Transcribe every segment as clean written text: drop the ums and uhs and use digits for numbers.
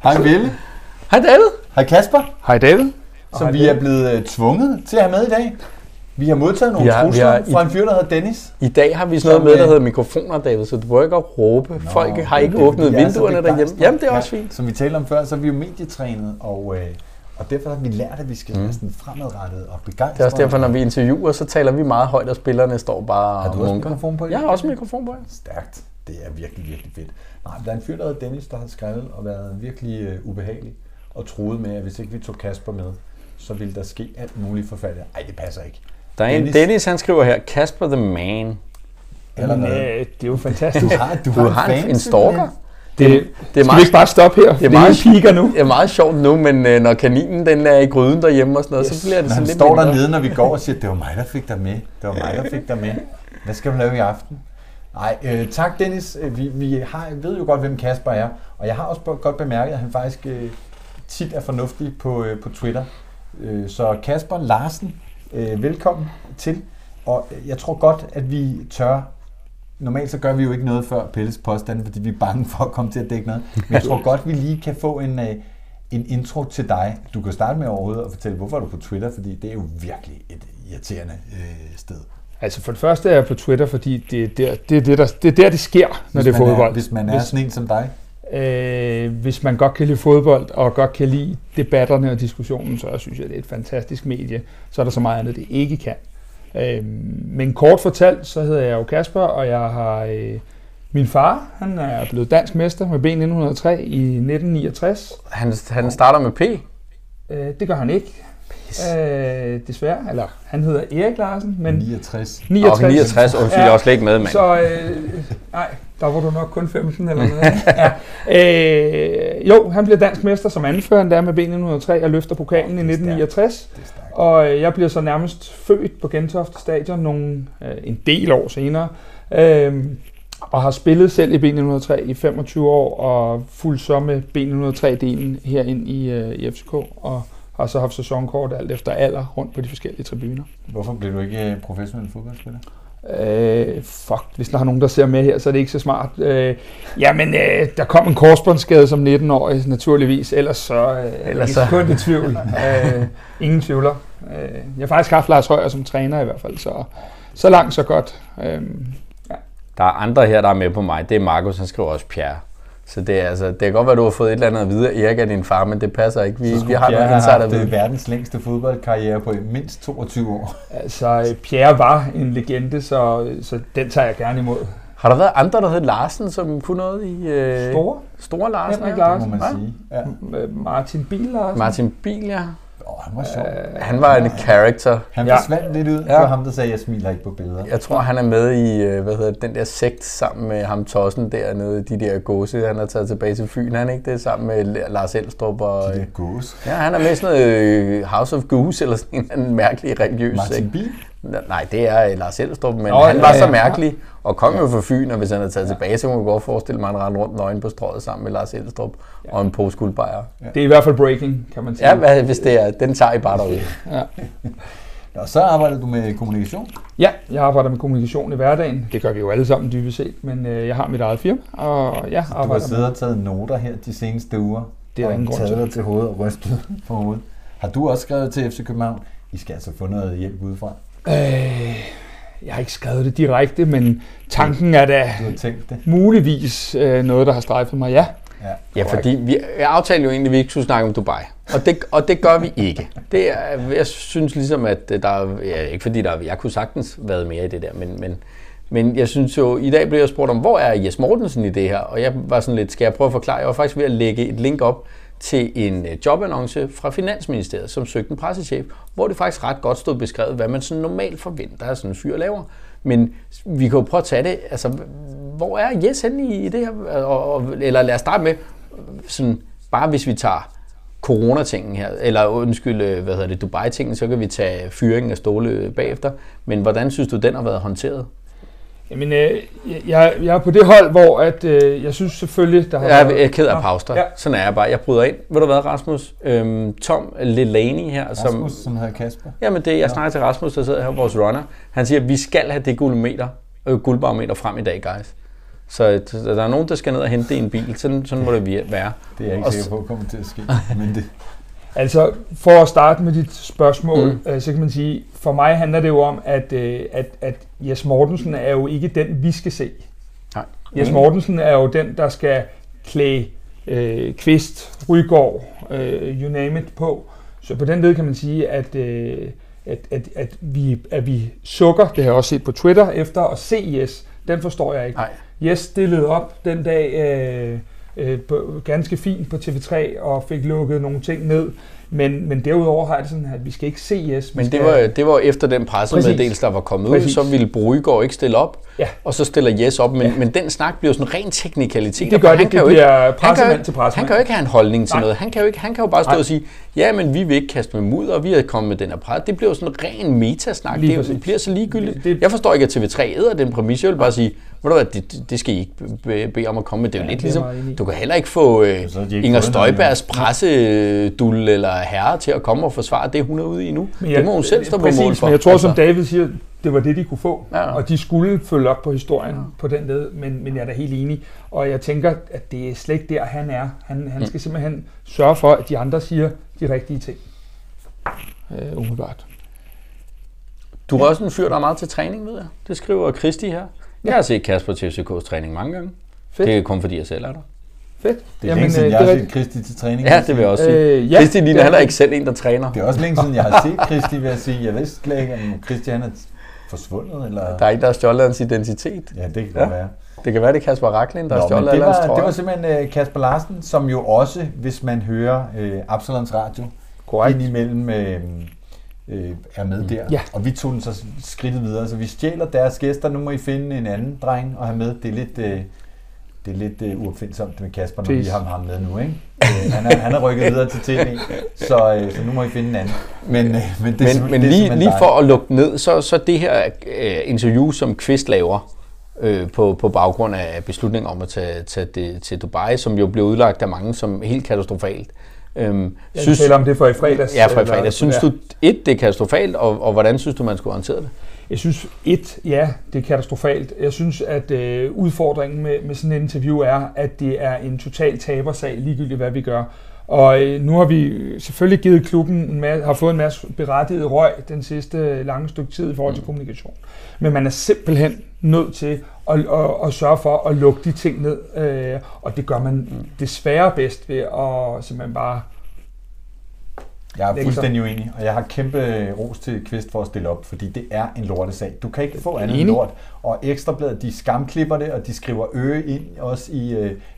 Hej Ville. Hej David. Hej Kasper. Hej David. Som vi er blevet tvunget til at have med i dag. Vi har modtaget nogle trusler fra en fyr, der hedder Dennis. I dag har vi sådan noget med, der hedder mikrofoner, David, så du bør ikke at råbe. Folk har ikke åbnet vinduerne derhjemme. Jamen, det er også fint. Som vi talte om før, så er vi jo medietrænet, og derfor har vi lært, at vi skal være sådan fremadrettet og begejstret. Det er også derfor, når vi interviewer, så taler vi meget højt, og spillerne står bare og munker. Har du også mikrofon på? Jeg har også mikrofon på. Stærkt. Det er virkelig, virkelig fedt. Nej, der er en fyr, der hedder Dennis, der har skrevet og været virkelig ubehagelig og troet med, at hvis ikke vi tog Kasper med, så ville der ske alt muligt forfærdeligt. Ej, det passer ikke. Der er Dennis, han skriver her, Kasper the man. Jamen, det er jo fantastisk. Du har en stalker. Det er skal meget, vi ikke bare stoppe her? Det er meget piker nu. Det er meget sjovt nu, men når kaninen den er i gryden derhjemme og sådan noget, så bliver det sådan lidt mindre. Han står dernede, når vi går og siger, det var mig, der fik dig med. Det var mig, der fik dig med. Hvad skal vi lave i aften? Nej, tak Dennis. Vi ved jo godt, hvem Kasper er. Og jeg har også godt bemærket, at han faktisk tit er fornuftig på Twitter. Så Kasper Larsen, velkommen til. Og jeg tror godt, at vi tør. Normalt så gør vi jo ikke noget før Pelles påstande, fordi vi er bange for at komme til at dække noget. Men jeg tror godt, vi lige kan få en intro til dig. Du kan starte med overhovedet og fortælle, hvorfor er du på Twitter, fordi det er jo virkelig et irriterende sted. Altså for det første er jeg på Twitter, fordi det er der, det sker, når det er fodbold. Hvis man er sådan en som dig? Hvis man godt kan lide fodbold, og godt kan lide debatterne og diskussionen, så synes jeg, det er et fantastisk medie. Så er der så meget andet, det ikke kan. Men kort fortalt, så hedder jeg jo Kasper, og jeg har min far, han er blevet dansk mester med B1903 i 1969. Han starter med P? Det gør han ikke. Desværre, eller han hedder Erik Larsen, men 69. 69, og jeg er også slet ikke med, mand. Så nej, der var du nok kun 15 eller noget. Ja. Jo, han bliver dansk mester som anfører der med B1903 og løfter pokalen i 1969. Og jeg bliver så nærmest født på Gentofte Stadion en del år senere. Og har spillet selv i B1903 i 25 år og fulgt så med B1903-delen herind i FCK. Og har så haft sæsonkort alt efter alder rundt på de forskellige tribuner. Hvorfor blev du ikke professionel fodboldspiller? Hvis der er nogen, der ser med her, så er det ikke så smart. Der kom en korsbåndsskade som 19-årig, naturligvis. Ellers så er det kun i tvivl. Ingen tvivler. Jeg har faktisk haft Lars Højer som træner i hvert fald, så langt, så godt. Der er andre her, der er med på mig. Det er Markus, han skriver også Pierre. Så det kan godt være, du har fået et eller andet at vide af Erik af din far, men det passer ikke. Vi har noget insider at vide. Det er verdens længste fodboldkarriere på mindst 22 år. Altså, Pierre var en legende, så den tager jeg gerne imod. Har der været andre, der hed Larsen, som kunne noget i... Store Larsen? Henrik Larsen, må man sige. Ja. Martin Biel Larsen. Martin Biel, ja. Han var sjov. Han var en character. Han forsvandt lidt ud. Det var ham, der sagde, jeg smiler ikke på billeder. Jeg tror, han er med i den der sekt sammen med ham Tossen dernede, de der gåse. Han er taget tilbage til Fyn, han ikke det? Sammen med Lars Elstrup og... De der gåse? Ja, han er med i sådan noget House of Goose, eller sådan en mærkelig religiøs sekt. Martin Biel? Nej, det er Lars Elstrup, men han var så mærkelig. Og kom jo fra Fyn, og hvis han er taget tilbage, så må man godt forestille mig, at han rendte rundt nøgen på strøget sammen med Lars Elstrup og en pose guldbejer. Det er i hvert fald breaking, kan man sige. Ja, hvis det er. Den tager I bare derude. Ja. Og så arbejder du med kommunikation? Ja, jeg arbejder med kommunikation i hverdagen. Det gør vi jo alle sammen dybest set, men jeg har mit eget firma, og jeg arbejder med... Du har siddet og taget noter her de seneste uger, det er og taget dig til hovedet og rystet på hovedet. Har du også skrevet til FC København? I skal altså få noget hjælp udefra. Jeg har ikke skrevet det direkte, men tanken er da muligvis noget, der har strejfet mig, ja. Ja, fordi vi aftalte jo egentlig, at vi ikke skulle snakke om Dubai. Og det gør vi ikke. Jeg synes ligesom, at ikke fordi jeg kunne sagtens været mere i det der, men jeg synes jo, i dag blev jeg spurgt om, hvor er Jes Mortensen i det her? Og jeg var sådan lidt, skal jeg prøve at forklare? Jeg var faktisk ved at lægge et link op til en jobannonce fra Finansministeriet, som søgte en pressechef, hvor det faktisk ret godt stod beskrevet, hvad man sådan normalt forventer, at sådan en fyr laver. Men vi kan jo prøve at tage det, altså, hvor er Jes henne i det her? Eller lad os starte med, sådan, bare hvis vi tager coronatingen her, eller Dubai-tingen, så kan vi tage fyringen af Ståle bagefter. Men hvordan synes du, den har været håndteret? Jamen, jeg er på det hold, hvor at, jeg synes selvfølgelig, der har været... Jeg er ked af pauser. Ja. Sådan er jeg bare. Jeg bryder ind. Ved du hvad, Rasmus? Tom Lelani her. Rasmus, som hedder Kasper. Jamen, jeg snakker til Rasmus, der sidder her, vores runner. Han siger, at vi skal have det guldbarometer frem i dag, guys. Så der er nogen, der skal ned og hente en bil. Sådan må det være. Det er jeg ikke sikker på, at kommer til at ske. Men det... Altså, for at starte med dit spørgsmål, så kan man sige, for mig handler det jo om, at Jes Mortensen er jo ikke den, vi skal se. Nej. Jes Mortensen er jo den, der skal klæde Kvist, Rygaard, you name it på. Så på den led kan man sige, at vi sukker, det har jeg også set på Twitter, efter at se Jes. Den forstår jeg ikke. Nej. Jes stillede op den dag ganske fint på TV3 og fik lukket nogle ting ned. Men derudover har det sådan, at vi skal ikke se Jes. Men det var efter den pressemeddelelse, der var kommet ud, så ville Rygaard ikke stille op, og så stiller Jes op. Men den snak bliver sådan ren teknikalitet. Det gør det, det bliver pressemand til pressemand. Han kan jo ikke have en holdning til noget. Han kan jo bare stå og sige, ja, men vi vil ikke kaste med mudder, og vi er kommet med den her pres. Det bliver jo sådan en ren metasnak. Det bliver så ligegyldigt. Jeg forstår ikke, at TV3 æder den præmis. Jeg vil bare sige, det skal I ikke bede om at komme med. Det er jo lidt ligesom, du kan heller ikke få Inger Støjbergs pressedul eller herre til at komme og forsvare det, hun er ude i nu. Det må hun selv stå på mål for. Men jeg tror, som David siger, det var det, de kunne få. Ja. Og de skulle følge op på historien på den led, men jeg er da helt enig. Og jeg tænker, at det er slet ikke der, han er. Han skal simpelthen sørge for, at de andre siger de rigtige ting. Umiddelbart. Du er også en fyr, der er meget til træning, ved jeg. Det skriver Kristi her. Jeg har set Kasper til FCK's træning mange gange. Fedt. Det er kun fordi, jeg selv er der. Fedt. Det er længe siden, jeg har set Kristi til træning. Ja, det vil jeg også sige. Kristi ligner heller ikke selv en, der træner. Det er også længe siden, jeg har set Kristi, vil jeg sige. Jeg vidste slet ikke, om Kristi han er forsvundet. Eller... Der er ikke, der har stjålet hans identitet. Ja, det kan være. Det kan være, det er Kasper Racklin, der har stjålet hans trøje. Det var simpelthen Kasper Larsen, som jo også, hvis man hører Absalons Radio, indimellem er med der. Ja. Og vi tog den så skridtet videre. Så vi stjæler deres gæster. Nu må I finde en anden dreng og have med. Det er lidt uopfindsomt med Kasper, når vi har ham med nu, ikke? Han er rykket videre til TV, så nu må I finde en anden. Men lige for at lukke ned, så det her interview, som Kvist laver på baggrund af beslutningen om at tage det til Dubai, som jo blev udlagt af mange som helt katastrofalt. Jeg taler om det for i fredags. Ja, for i fredags. Synes du, det er katastrofalt, og hvordan synes du, man skulle håndtere det? Jeg synes, det er katastrofalt. Jeg synes, at udfordringen med sådan en interview er, at det er en total tabersag, ligegyldigt hvad vi gør. Og nu har vi selvfølgelig givet klubben har fået en masse berettiget røg den sidste lange stykke tid i forhold til kommunikation. Men man er simpelthen nødt til at sørge for at lukke de ting ned. Og det gør man desværre bedst ved at simpelthen bare... Jeg er fuldstændig uenig, og jeg har kæmpe ros til Kvist for at stille op, fordi det er en lortesag. Du kan ikke få andet end lort. Og Ekstrabladet, de skamklipper det, og de skriver ind også i...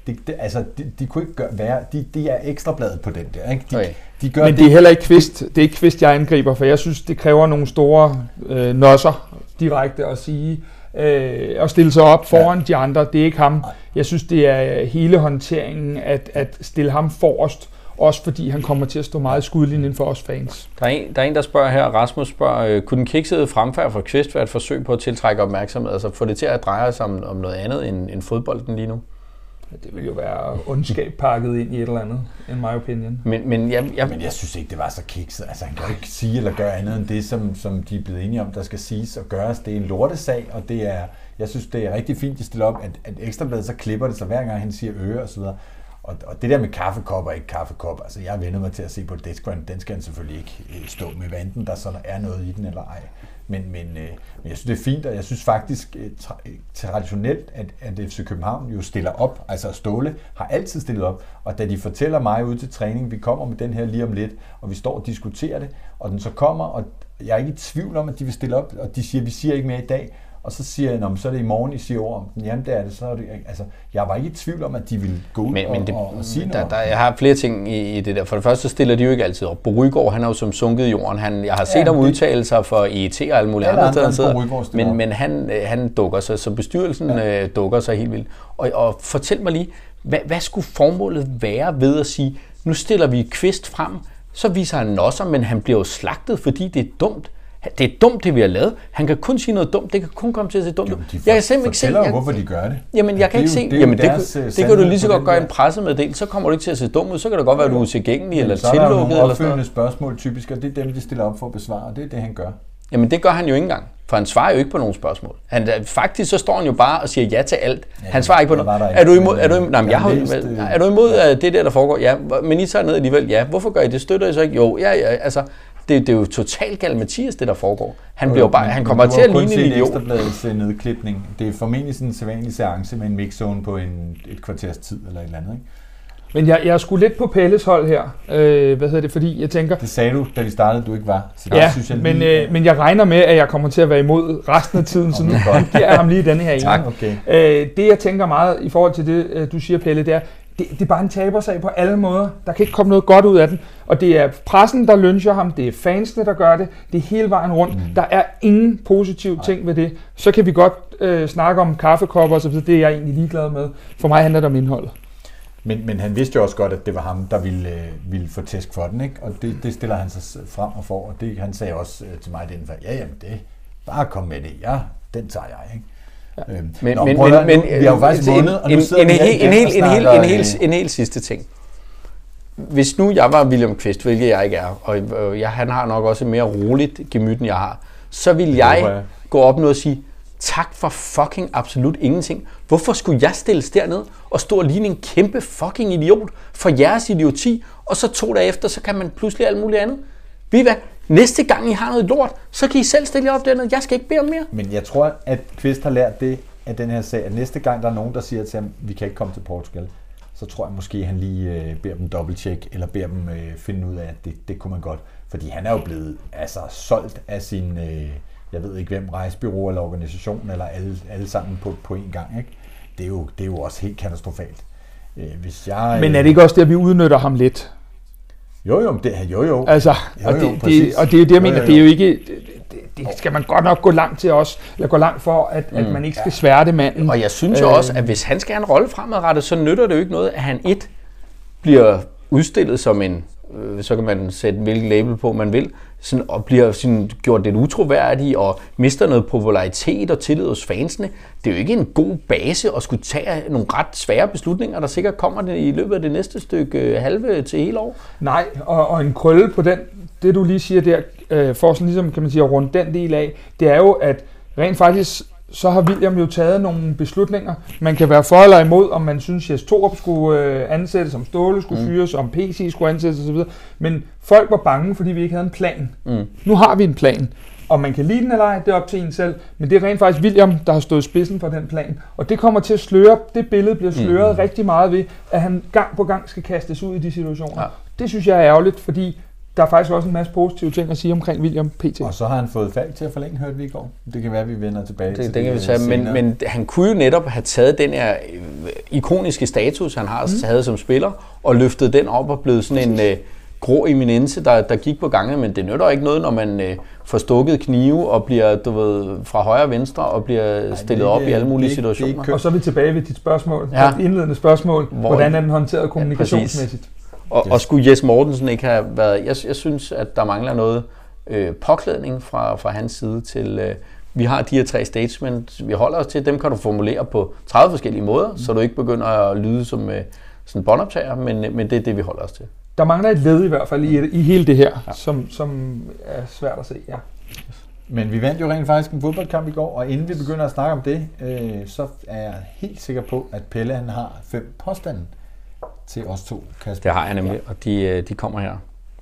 de kunne ikke være... De er Ekstrabladet på den der, ikke? De gør men det er heller ikke Kvist. Det er ikke Kvist, jeg angriber, for jeg synes, det kræver nogle store nosser direkte at sige... og stille sig op foran de andre. Det er ikke ham. Jeg synes, det er hele håndteringen at stille ham forrest. Også fordi han kommer til at stå meget i skudlinjen for os fans. Der er en, der spørger her, Rasmus spørger, kunne den kiksede fremfærd for Kvist være et forsøg på at tiltrække opmærksomhed? Altså få det til at dreje sig om noget andet end fodbolden lige nu? Det vil jo være ondskab pakket ind i et eller andet, in my opinion. Men jeg synes ikke, det var så kikset. Altså han kan ikke sige eller gøre andet end det, som de er blevet enige om, der skal siges og gøres. Det er en lortesag, og jeg synes, det er rigtig fint, at stille op, at Ekstrabladet så klipper det, så hver gang han siger og så videre. Og det der med kaffekop og ikke kaffekop, altså jeg vender mig til at se på Deathground, den skal han selvfølgelig ikke stå med, hvad enten der sådan er noget i den eller ej. Men jeg synes, det er fint, og jeg synes faktisk traditionelt, at FC København jo stiller op, altså Ståle har altid stillet op, og da de fortæller mig ude til træning, vi kommer med den her lige om lidt, og vi står og diskuterer det, og den så kommer, og jeg er ikke i tvivl om, at de vil stille op, og de siger, vi siger ikke mere i dag, og så siger jeg, så er det i morgen, I siger ord om den. Jamen det er det, så er det, altså, jeg var ikke i tvivl om, at de ville gå ud og sige noget. Jeg har flere ting i det der. For det første, så stiller de jo ikke altid op. Rygaard, han er jo som sunket i jorden. Jeg har set ham udtale sig for ET og alle mulige andre steder. Men han dukker sig, så bestyrelsen dukker sig helt vildt. Og fortæl mig lige, hvad skulle formålet være ved at sige, nu stiller vi Kvist frem, så viser han nosser, men han bliver jo slagtet, fordi det er dumt. Det er dumt, det vi har lavet. Han kan kun sige noget dumt. Det kan kun komme til at se dumt ud. Jeg kan simpelthen ikke se, hvorfor de gør det. Jamen, jeg kan ikke se. Jamen, det kan du lige så godt gøre en pressemeddelelse. Så kommer du ikke til at se dum ud. Så kan det godt være, at du er tilgængelig eller tillukket. Så er der nogle opfølgende spørgsmål typisk, og det er dem, de stiller op for at besvare, og det er det, han gør. Jamen, det gør han jo ikke engang. For han svarer jo ikke på nogen spørgsmål. Faktisk så står han jo bare og siger ja til alt. Ja, han svarer ikke på noget. Er du imod det der foregår? Ja, men I tager ned alligevel. Ja, hvorfor gør I det? Støtter I så ikke? Jo, ja, altså... Det er jo totalt galimatias, det der foregår. Han kommer til at ligne en idiot. Du har kun set Ekstrabladets nedklipning. Det er formentlig sådan en sædvanlig seance med en mixzone på et kvarters tid eller et eller andet, ikke? Men jeg er sgu lidt på Pelles hold her. Fordi jeg tænker... Det sagde du, da vi startede, du ikke var. Så ja, synes jeg lige, men jeg regner med, at jeg kommer til at være imod resten af tiden, så nu giver jeg ham lige denne her. Tak. Okay. Det jeg tænker meget i forhold til det, du siger, Pelle, det er, det er bare en tabersag på alle måder. Der kan ikke komme noget godt ud af den. Og det er pressen, der lyncher ham. Det er fansene, der gør det. Det er hele vejen rundt. Der er ingen positive ting ved det. Så kan vi godt snakke om kaffekopper og så videre. Det er jeg egentlig ligeglad med. For mig handler det om indholdet. Men han vidste jo også godt, at det var ham, der ville få tæsk for den, ikke? Og det stiller han sig frem og for. Og det, han sagde også til mig denfor, ja, jamen det, bare kom med det. Ja, den tager jeg, ikke? Ja. Men vi har jo faktisk vundet, og nu en helt sidste ting. Hvis nu jeg var William Kvist, hvilket jeg ikke er, og han har nok også et mere roligt gemyt, end jeg har, så vil jeg gå op nu og sige, tak for fucking absolut ingenting. Hvorfor skulle jeg stilles derned og stå og ligne en kæmpe fucking idiot for jeres idioti, og så 2 dage efter, så kan man pludselig alt muligt andet? Ved I hvad? Næste gang I har noget lort, så kan I selv stille jer op dernede. Jeg skal ikke bede om mere. Men jeg tror, at Kvist har lært det af den her sag, at næste gang der er nogen, der siger til ham, vi kan ikke komme til Portugal, så tror jeg måske, han lige beder dem dobbelttjek, eller beder dem finde ud af, at det kunne man godt. Fordi han er jo blevet solgt af sin, jeg ved ikke hvem, rejsebureau eller organisation, eller alle sammen på én gang, ikke? Det er jo også helt katastrofalt. Men er det ikke også det, at vi udnytter ham lidt? Jo. Altså, og det er det, jeg mener, det er jo ikke... Det skal man godt nok gå langt til os, eller gå langt for, at man ikke skal sværte manden. Og jeg synes jo også, at hvis han skal have en rolle fremadrettet, så nytter det jo ikke noget, at han bliver udstillet som en, så kan man sætte hvilket label på, man vil, sådan, og bliver sådan, gjort lidt utroværdig, og mister noget popularitet og tillid hos fansene. Det er jo ikke en god base at skulle tage nogle ret svære beslutninger, der sikkert kommer det i løbet af det næste stykke halve til hele år. Nej, og en krølle på den, det du lige siger der, for sådan ligesom, kan man sige, at runde den del af, det er jo, at rent faktisk, så har William jo taget nogle beslutninger. Man kan være for eller imod, om man synes, at Thorup skulle ansættes, om Ståle skulle fyres, om PC skulle ansættes osv. Men folk var bange, fordi vi ikke havde en plan. Nu har vi en plan. Om man kan lide den eller ej, det er op til en selv. Men det er rent faktisk William, der har stået spidsen for den plan. Og det kommer til at sløre, det billede bliver sløret rigtig meget ved, at han gang på gang skal kastes ud i de situationer. Ja. Det synes jeg er ærgerligt, fordi der er faktisk også en masse positive ting at sige omkring William PT. Og så har han fået Falk til at forlænge, hørte vi i går. Det kan være, at vi vender tilbage til det. Kan vi tage, men han kunne jo netop have taget den her ikoniske status, han har taget som spiller, og løftet den op og blevet sådan en grå eminence, der gik på gangen. Men det nytter ikke noget, når man får stukket knive og bliver, fra højre og venstre og bliver stillet op i alle mulige situationer. Og så er vi tilbage ved dit spørgsmål, dit indledende spørsmål. Hvordan er den håndteret kommunikationsmæssigt? Og skulle Jes Mortensen ikke have været... Jeg synes, at der mangler noget påklædning fra hans side til... vi har de her 3 statements, vi holder os til. Dem kan du formulere på 30 forskellige måder, så du ikke begynder at lyde som sådan en båndoptager, men det er det, vi holder os til. Der mangler et led i hvert fald i hele det her, som er svært at se, ja. Men vi vandt jo rent faktisk en fodboldkamp i går, og inden vi begynder at snakke om det, så er jeg helt sikker på, at Pelle han har 5 påstande til os 2, Kasper. Det har jeg nemlig, og de kommer her.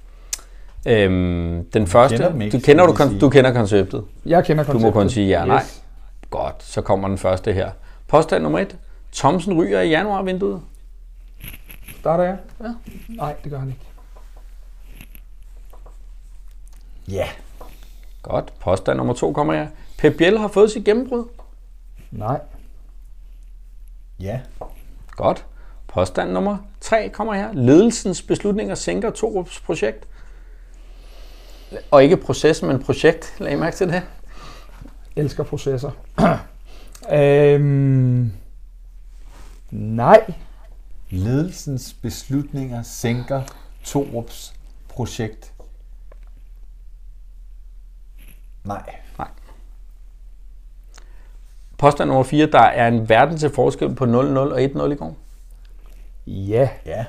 Den første, du kender konceptet. Jeg kender konceptet. Du må kun sige ja, nej. Yes. Godt, så kommer den første her. Påstand nummer 1. Thomsen ryger i januarvinduet. Starter jeg? Ja. Nej, det gør han ikke. Ja. Godt, påstand nummer 2 kommer her. Pep Biel har fået sit gennembrud. Nej. Ja. Godt. Påstand nummer 3 kommer her. Ledelsens beslutninger sænker Thorups projekt. Og ikke proces, men projekt. Lad I mærke til det? Elsker processer. Nej. Ledelsens beslutninger sænker Thorups projekt. Nej. Påstand nummer 4. Der er en verden til forskel på 0-0 og 1-0 i går. Ja.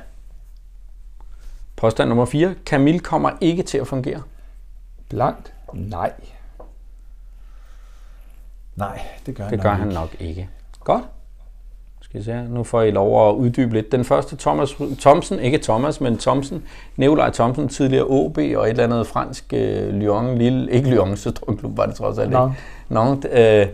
Påstand nummer 4. Camille kommer ikke til at fungere. Blankt. Nej. Nej, det gør han, det gør han nok ikke. Godt. Skal I se her. Nu får I lov at uddybe lidt. Den første, Nikolaj Thomsen, tidligere OB og et eller andet fransk Lyon, ikke Lyon, Søstrumklub var det trods alt ikke. Nantes,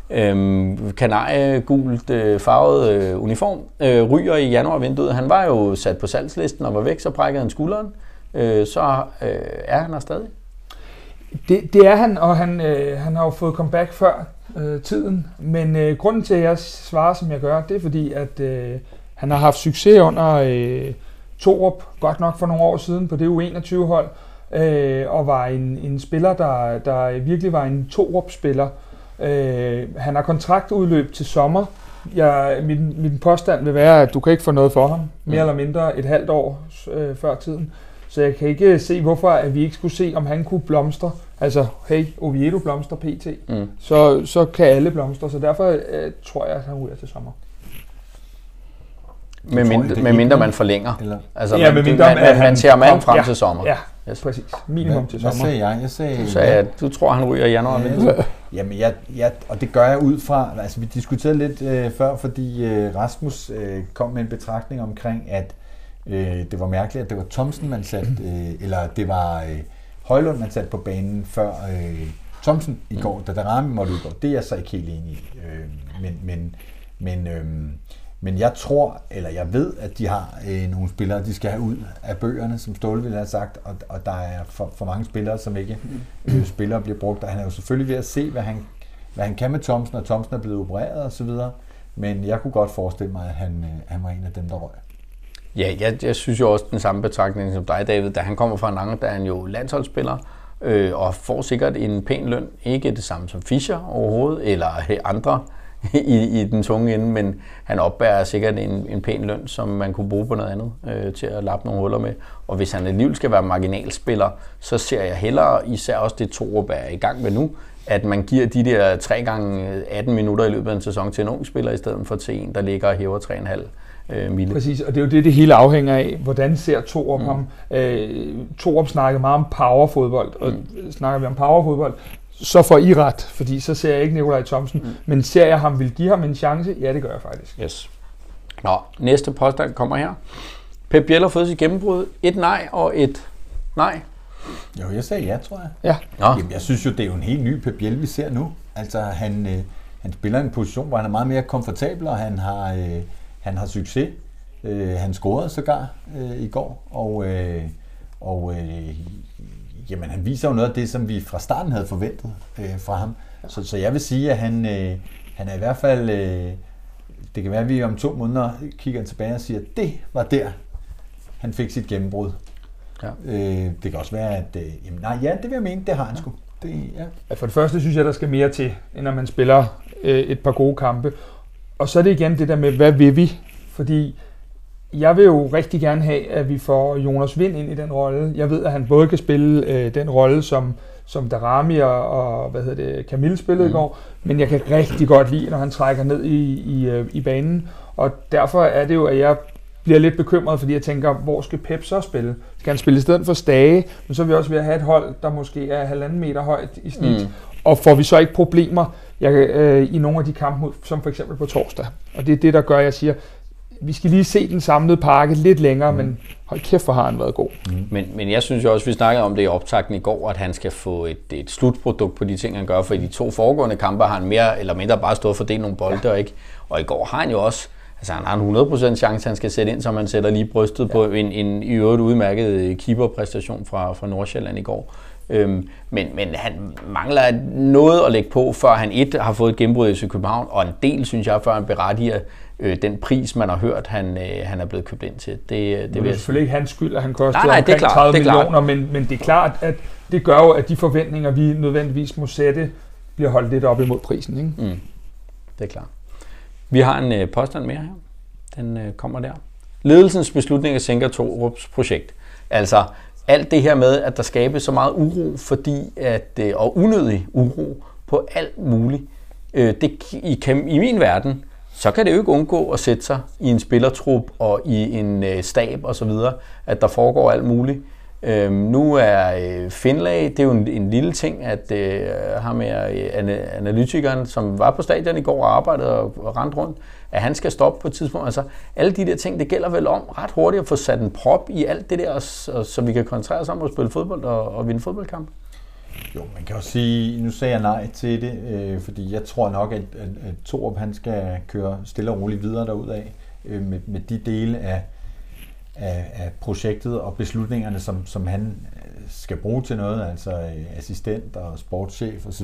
kanariegult farvet uniform, ryger i januarvinduet. Han var jo sat på salgslisten og var væk, så brækkede han skulderen. Så er han der stadig? Det er han, og han har jo fået comeback før tiden. Men grunden til, at jeg svarer, som jeg gør, det er fordi, at han har haft succes under Torup, godt nok for nogle år siden, på det U21-hold, og var en spiller, der virkelig var en Torup-spiller. Han har kontraktudløb til sommer. Min påstand vil være, at du kan ikke få noget for ham, mere eller mindre et halvt år før tiden. Så jeg kan ikke se, hvorfor at vi ikke skulle se, om han kunne blomstre. Altså, hey, Oviedo blomster pt. Så kan alle blomstre, så derfor tror jeg, at han ryger til sommer. Med mindre man forlænger. Eller? Altså, ja, man ser ham frem til sommer. Ja, yes. Præcis. Minimum til sommer. Hvad sagde jeg? Jeg sagde, du sagde, at du tror, han ryger i januar. Jamen, og det gør jeg ud fra, altså vi diskuterede lidt før, fordi Rasmus kom med en betragtning omkring, at det var mærkeligt, at det var Thomsen, man satte, eller det var Højlund, man satte på banen før Thomsen i går, da Darami måtte udgå. Det er jeg så ikke helt enig i. Men jeg tror, eller jeg ved, at de har nogle spillere, de skal have ud af bøgerne, som Ståle ville have sagt, og der er for mange spillere, som ikke spillere bliver brugt. Og han er jo selvfølgelig ved at se, hvad han kan med Thomsen, og Thomsen er blevet opereret osv. Men jeg kunne godt forestille mig, at han var en af dem, der røg. Ja, jeg synes jo også den samme betragtning som dig, David. Da han kommer fra Nantes, der er han jo landsholdsspiller, og får sikkert en pæn løn. Ikke det samme som Fischer overhovedet, eller andre i den tunge ende, men han opbærer sikkert en pæn løn, som man kunne bruge på noget andet til at lappe nogle huller med. Og hvis han alligevel skal være marginalspiller, så ser jeg hellere, især også det Torup er i gang med nu, at man giver de der 3 gange 18 minutter i løbet af en sæson til en ung spiller, i stedet for til en, der ligger og hæver 3,5 mille. Præcis, og det er jo det hele afhænger af, hvordan ser Torup ham. Torup snakkede meget om powerfodbold, og snakker vi om powerfodbold, så får I ret, fordi så ser jeg ikke Nikolaj Thomsen, men ser jeg ham, vil give ham en chance? Ja, det gør jeg faktisk. Yes. Nå, næste påstand kommer her. Pep Biel har fået sit gennembrud. Et nej og et nej. Jo, jeg sagde ja, tror jeg. Ja. Jamen, jeg synes jo, det er jo en helt ny Pep Biel, vi ser nu. Altså, han spiller i en position, hvor han er meget mere komfortabel, og han har succes. Han scorede sågar i går, og jamen, han viser jo noget af det, som vi fra starten havde forventet fra ham. Så jeg vil sige, at han er i hvert fald... det kan være, at vi om 2 måneder kigger tilbage og siger, at det var der, han fik sit gennembrud. Ja. Det kan også være, at... det vil jeg mene, det har han sgu. Ja, for det første synes jeg, der skal mere til, end når man spiller et par gode kampe. Og så er det igen det der med, hvad vil vi? Fordi jeg vil jo rigtig gerne have, at vi får Jonas Wind ind i den rolle. Jeg ved, at han både kan spille den rolle, som Darami og Camille spillede i går, men jeg kan rigtig godt lide, når han trækker ned i banen. Og derfor er det jo, at jeg bliver lidt bekymret, fordi jeg tænker, hvor skal Pep så spille? Skal han spille i stedet for Stage? Men så er vi også ved at have et hold, der måske er 1,5 meter højt i snit. Og får vi så ikke problemer i nogle af de kampe, som for eksempel på torsdag. Og det er det, der gør, at jeg siger, vi skal lige se den samlede pakke lidt længere, men hold kæft, hvor har han været god. Men jeg synes jo også, vi snakkede om det i optakten i går, at han skal få et slutprodukt på de ting, han gør, for i de 2 foregående kampe har han mere eller mindre bare stået og fordelt nogle bolde, og i går har han jo også, altså han har en 100% chance, han skal sætte ind, som han sætter lige brystet på en i øvrigt udmærket keeperpræstation fra Nordsjælland i går. Men han mangler noget at lægge på, før han har fået et gennembrud i FC København, og en del, synes jeg, før han berettiger den pris, man har hørt, han er blevet købt ind til. Det er selvfølgelig ikke hans skyld, at han koster omkring 30 millioner, men det er klart, at det gør jo, at de forventninger, vi nødvendigvis må sætte, bliver holdt lidt op imod prisen. Ikke? Det er klart. Vi har en påstand mere her. Den kommer der. Ledelsens beslutning at sænke Torups projekt. Altså alt det her med, at der skabes så meget uro, og unødig uro på alt muligt. I min verden, så kan det jo ikke undgå at sætte sig i en spillertrup og i en stab og så videre, at der foregår alt muligt. Nu er Finlay, det er jo en lille ting, at ham med analytikeren, som var på stadion i går og arbejdede og rendte rundt, at han skal stoppe på et tidspunkt. Altså, alle de der ting, det gælder vel om ret hurtigt at få sat en prop i alt det der, så vi kan koncentrere os om at spille fodbold og vinde fodboldkamp. Jo, man kan jo sige, nu sagde jeg nej til det, fordi jeg tror nok, at Thorup han skal køre stille og roligt videre derudad med de dele af projektet og beslutningerne, som han skal bruge til noget, altså assistent og sportschef osv.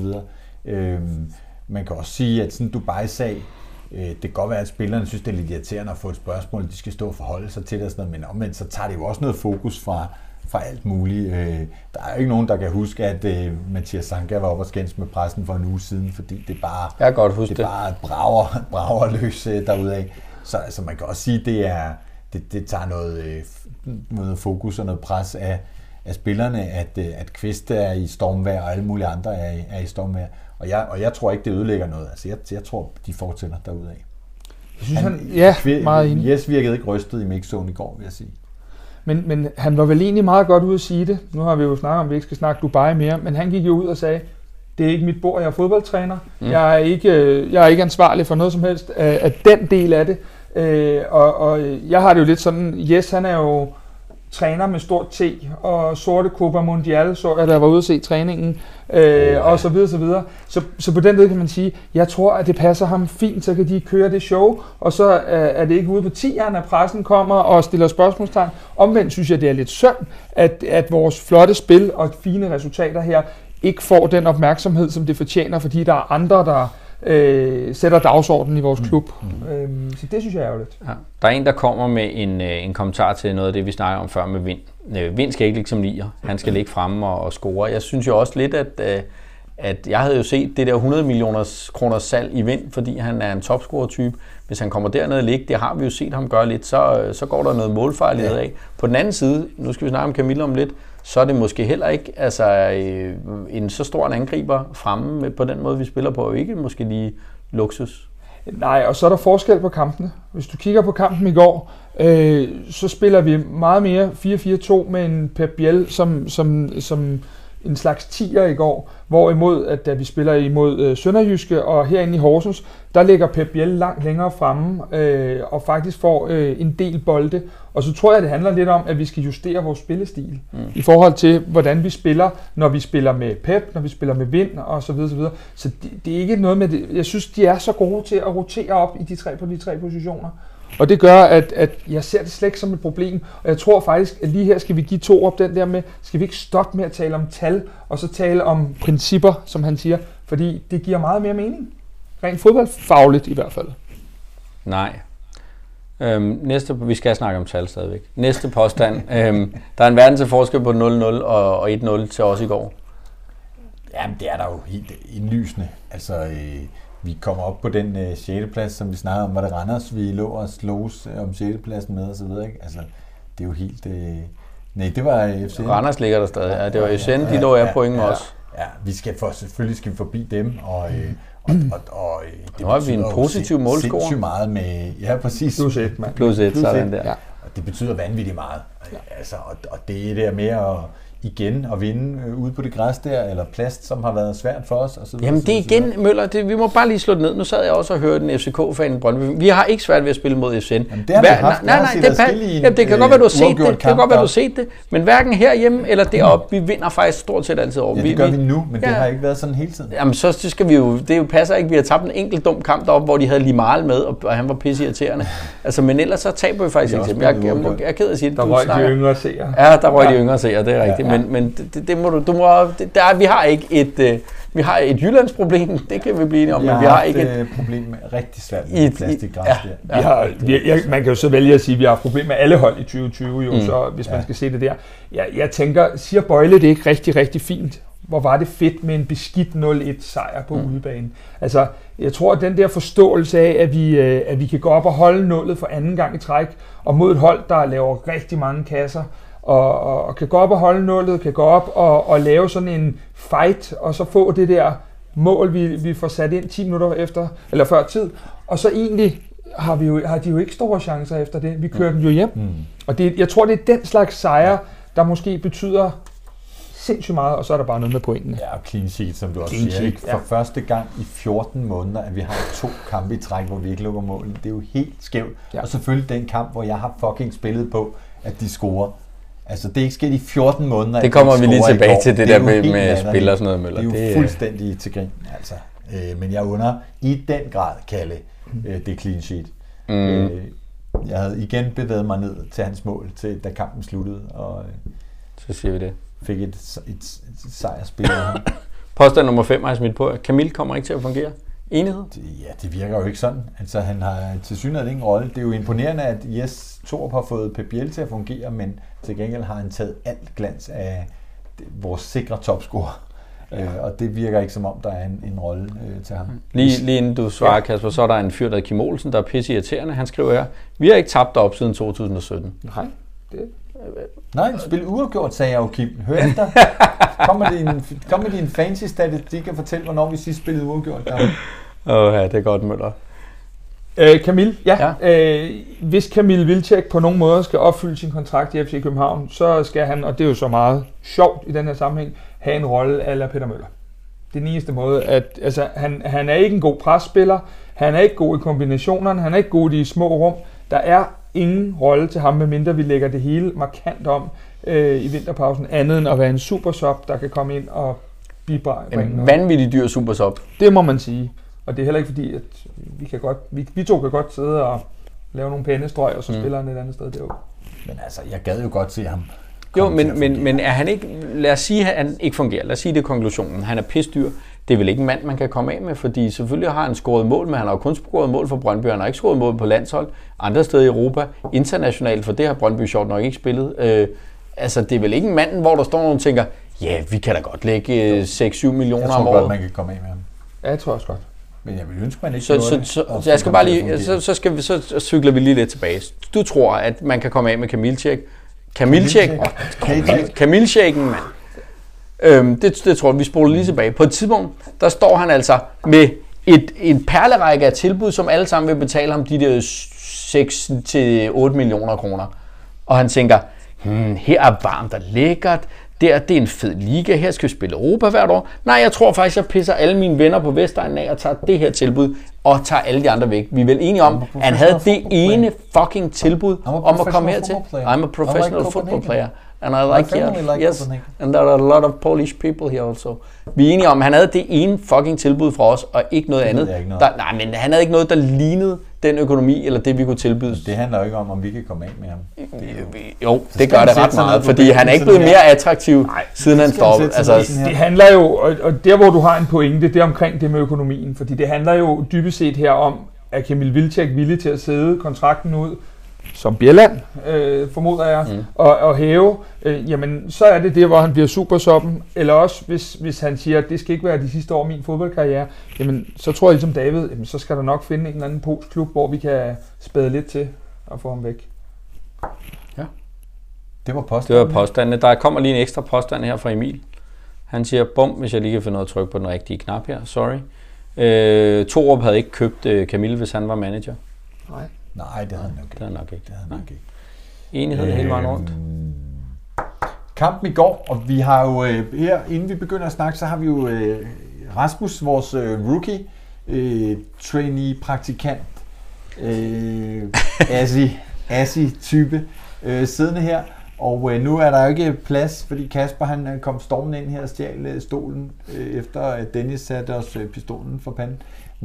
Man kan også sige, at sådan en Dubai-sag, det kan godt være, at spillerne synes, det er lidt irriterende at få et spørgsmål, de skal stå og forholde sig til det og sådan noget, men omvendt så tager det jo også noget fokus fra alt muligt. Der er jo ikke nogen, der kan huske, at Mathias Sanka var oppe og skændes med pressen for en uge siden, fordi det bare, jeg kan godt huske det. brager løs derudad. Så altså, man kan også sige, at det tager noget fokus og noget pres af spillerne, at Kvist er i stormvejr, og alle mulige andre er i stormvejr. Og jeg tror ikke, det ødelægger noget. Altså, jeg tror, de fortsætter derudad. Jeg synes, meget enig. Jes virkede ikke rystet i mixzone i går, vil jeg sige. Men han var vel egentlig meget godt ude at sige det. Nu har vi jo snakket om, at vi ikke skal snakke Dubai mere, men han gik jo ud og sagde, det er ikke mit bord, jeg er fodboldtræner. Jeg er ikke ansvarlig for noget som helst af den del af det. Og jeg har det jo lidt sådan, Jes han er jo træner med stort T og sorte Copa Mundial, så jeg der var ude at se træningen, og så videre, så videre. Så på den måde kan man sige, jeg tror, at det passer ham fint, så kan de køre det show, og så er det ikke ude på tieren, at pressen kommer og stiller spørgsmålstegn. Omvendt synes jeg, det er lidt synd, at vores flotte spil og fine resultater her ikke får den opmærksomhed, som det fortjener, fordi der er andre, der sætter dagsordenen i vores klub. Så det synes jeg er ærgerligt. Ja. Der er en, der kommer med en kommentar til noget af det, vi snakker om før med Vind. Vind skal ikke liksom lide. Han skal ligge fremme og score. Jeg synes jo også lidt, at jeg havde jo set det der 100 millioner kroners salg i Vind, fordi han er en topscorer-type. Hvis han kommer derned og ligge, det har vi jo set ham gøre lidt, så går der noget målfarlighed af. På den anden side, nu skal vi snakke om Camille om lidt, så er det måske heller ikke en så stor en angriber fremme på den måde, vi spiller på, og ikke måske lige luksus. Nej, og så er der forskel på kampene. Hvis du kigger på kampen i går, så spiller vi meget mere 4-4-2 med en Pep Biel som en slags tier i går, hvorimod, at da vi spiller imod Sønderjyske og herinde i Horsens, der ligger Pep Biel langt længere fremme og faktisk får en del bolde. Og så tror jeg, det handler lidt om, at vi skal justere vores spillestil i forhold til, hvordan vi spiller, når vi spiller med Pep, når vi spiller med Vind og så videre, så videre. Så det er ikke noget med det. Jeg synes, de er så gode til at rotere op i de tre positioner. Og det gør, at jeg ser det slet ikke som et problem. Og jeg tror faktisk, at lige her skal vi give Thorup den der med, skal vi ikke stoppe med at tale om tal, og så tale om principper, som han siger. Fordi det giver meget mere mening. Rent fodboldfagligt i hvert fald. Nej. Vi skal snakke om tal stadigvæk. Næste påstand. Der er en verden til forskel på 0-0 og 1-0 til os i går. Jamen, det er der jo helt indlysende. Altså, vi kommer op på den 6. plads, som vi snakkede om, var det Randers, vi lå og slogs om 6. pladsen med og så videre, ikke? Altså, det er jo helt... Nej, det var FC. Randers ligger der stadig. Ja, det var FC, de lå af point også. Ja, selvfølgelig skal vi forbi dem, og nu har vi en positiv målscore. Sindssygt meget med... Ja, præcis. Plus 1, sådan der. Ja. Og det betyder vanvittigt meget. Ja. Altså, og det er der med at vinde ude på det græs der, eller plast, som har været svært for os. Og så videre, jamen det er igen, Møller, vi må bare lige slå det ned. Nu sad jeg også og hørte en FCK-fan i Brøndby. Vi har ikke svært ved at spille mod FCN. Jamen det har vi haft. Det kan godt være, du har set det. Det kan godt være, du har set det. Men hverken herhjemme eller deroppe, vi vinder faktisk stort set altid over. Ja, det gør vi nu, men det har ikke været sådan hele tiden. Jamen så skal vi jo, det passer ikke. Vi har tabt en enkelt dum kamp deroppe, hvor de havde Limahl med, og han var pisseirriterende. Altså, men ellers så taber vi faktisk ikke. Jeg er ked af at sige det. Der røg de yngre seere. Ja, der røg de yngre seere, det er rigtigt. Men vi har et Jyllands problem, det kan vi blive enige om, men vi har ikke et problem med rigtig svært med plastikgræs der. Man kan jo så vælge at sige, at vi har haft problem med alle hold i 2020, jo, så hvis man skal se det der. Jeg tænker, siger Bøjle det ikke rigtig, rigtig fint? Hvor var det fedt med en beskidt 0-1 sejr på udebane. Altså, jeg tror, at den der forståelse af, at vi kan gå op og holde nullet for anden gang i træk, og mod et hold, der laver rigtig mange kasser, og kan gå op og holde nullet, kan gå op og lave sådan en fight, og så få det der mål, vi får sat ind 10 minutter efter, eller før tid. Og så egentlig har de jo ikke store chancer efter det. Vi kører dem jo hjem. Og jeg tror, det er den slags sejre, der måske betyder sindssygt meget, og så er der bare noget med pointene. Ja, og clean sheet, som du også siger. Ikke? For første gang i 14 måneder, at vi har 2 kampe i træk, hvor vi ikke lukker mål. Det er jo helt skævt. Ja. Og selvfølgelig den kamp, hvor jeg har fucking spillet på, at de scorer. Altså, det er ikke sket i 14 måneder. Det kommer vi lige tilbage til, det der med spil og sådan noget, Møller. Det er jo fuldstændig til grin, altså. Men jeg under i den grad, Kalle, det clean sheet. Jeg havde igen bevæget mig ned til hans mål, da kampen sluttede, og så siger vi det. Fik et sejrspil af ham. Påstand nummer 5 har jeg smidt på. Camille kommer ikke til at fungere. Enighed? Det virker jo ikke sådan. Altså, han har tilsyneladende ingen rolle. Det er jo imponerende, at Jes Torup har fået Pep Biel til at fungere, men til gengæld har han taget alt glans af vores sikre topscorer. Og det virker ikke som om, der er en rolle til ham. Lige inden du svarer, Kasper, så er der en fyr, der hedder Kim Olsen, der er pisse irriterende. Han skriver her, vi har ikke tabt op siden 2017. Nej, spil uafgjort, sagde jeg jo, Kim. Hør efter. Kom med din fancy statistik og fortæl, hvornår vi sidst spillede uafgjort. Ja, det er godt, Møller. Camille, ja. Hvis Camille Vilcek på nogen måde skal opfylde sin kontrakt i FC København, så skal han, og det er jo så meget sjovt i den her sammenhæng, have en rolle a la Peter Møller. Det er den eneste måde, at altså, han er ikke en god presspiller, han er ikke god i kombinationerne, han er ikke god i de små rum. Der er ingen rolle til ham, medmindre vi lægger det hele markant om i vinterpausen, andet end at være en supersub, der kan komme ind og bibringe. En vanvittig dyr supersub. Det må man sige. Og det er heller ikke fordi, at vi to kan godt sidde og lave nogle pæne strøg, og så spiller han et andet sted. Det er jo. Men altså, jeg gad jo godt se ham. Jo, men er han ikke, lad os sige, at han ikke fungerer. Lad os sige, det er konklusionen. Han er pisdyr. Det er vel ikke en mand, man kan komme af med, fordi selvfølgelig har han scoret mål, men han har jo kun scoret mål for Brøndby. Han har ikke scoret mål på landshold, andre steder i Europa, internationalt, for det har Brøndby sjovt nok ikke spillet. Altså, det er vel ikke en mand, hvor der står nogen og tænker, ja, vi kan da godt lægge 6-7 millioner om året. Jeg tror godt, man kan komme af med ham. Ja, jeg tror også godt. Men jeg vil ønske, man ikke så jeg skal bare lige, så cykler vi lige lidt tilbage. Du tror, at man kan komme af med Camille-checken, mand. Det tror jeg, vi spoler lige tilbage. På et tidspunkt, der står han altså med en perlerække af tilbud, som alle sammen vil betale ham de der 6-8 millioner kroner. Og han tænker, her er varmt og lækkert, det er en fed liga, her skal vi spille Europa hvert år. Nej, jeg tror faktisk, jeg pisser alle mine venner på Vestegnen af og tager det her tilbud og tager alle de andre væk. Vi er vel enige om, at han havde det ene fucking tilbud om at komme hertil. I'm a professional football player. And I like here. Yes, and there are a lot of Polish people here also. Vi er enige om, at han havde det ene fucking tilbud fra os, og ikke noget andet. Nej, men han havde ikke noget, der lignede den økonomi, eller det vi kunne tilbyde. Det handler jo ikke om vi kan komme af med ham. Jo, det gør det ret meget, fordi han er ikke blevet mere attraktiv, siden han stoppede. Altså, det handler jo, og der hvor du har en pointe, det er omkring det med økonomien, fordi det handler jo dybest set her om, at Camille Vilcek villig til at sidde kontrakten ud, som Bjelland, formoder jeg, og hæve, jamen så er det hvor han bliver supersoppen, eller også hvis han siger, at det skal ikke være de sidste år af min fodboldkarriere, jamen så tror jeg ligesom David, jamen, så skal der nok finde en eller anden polsk klub, hvor vi kan spæde lidt til og få ham væk. Ja. Det var påstanden. Det var påstanden. Der kommer lige en ekstra påstand her fra Emil. Han siger, bum, hvis jeg lige kan finde noget at trykke på den rigtige knap her, sorry. Torup havde ikke købt Camille, hvis han var manager. Nej, det havde han nok ikke. Det havde nok ikke. ikke. Enighed hele vejen rundt. Kampen i går, og vi har jo her, inden vi begynder at snakke, så har vi jo Rasmus, vores rookie, trainee-praktikant, Asi-type, siddende her. Og nu er der jo ikke plads, fordi Kasper han kom stormende ind her og stjal stolen, efter at Dennis satte os pistolen for panden.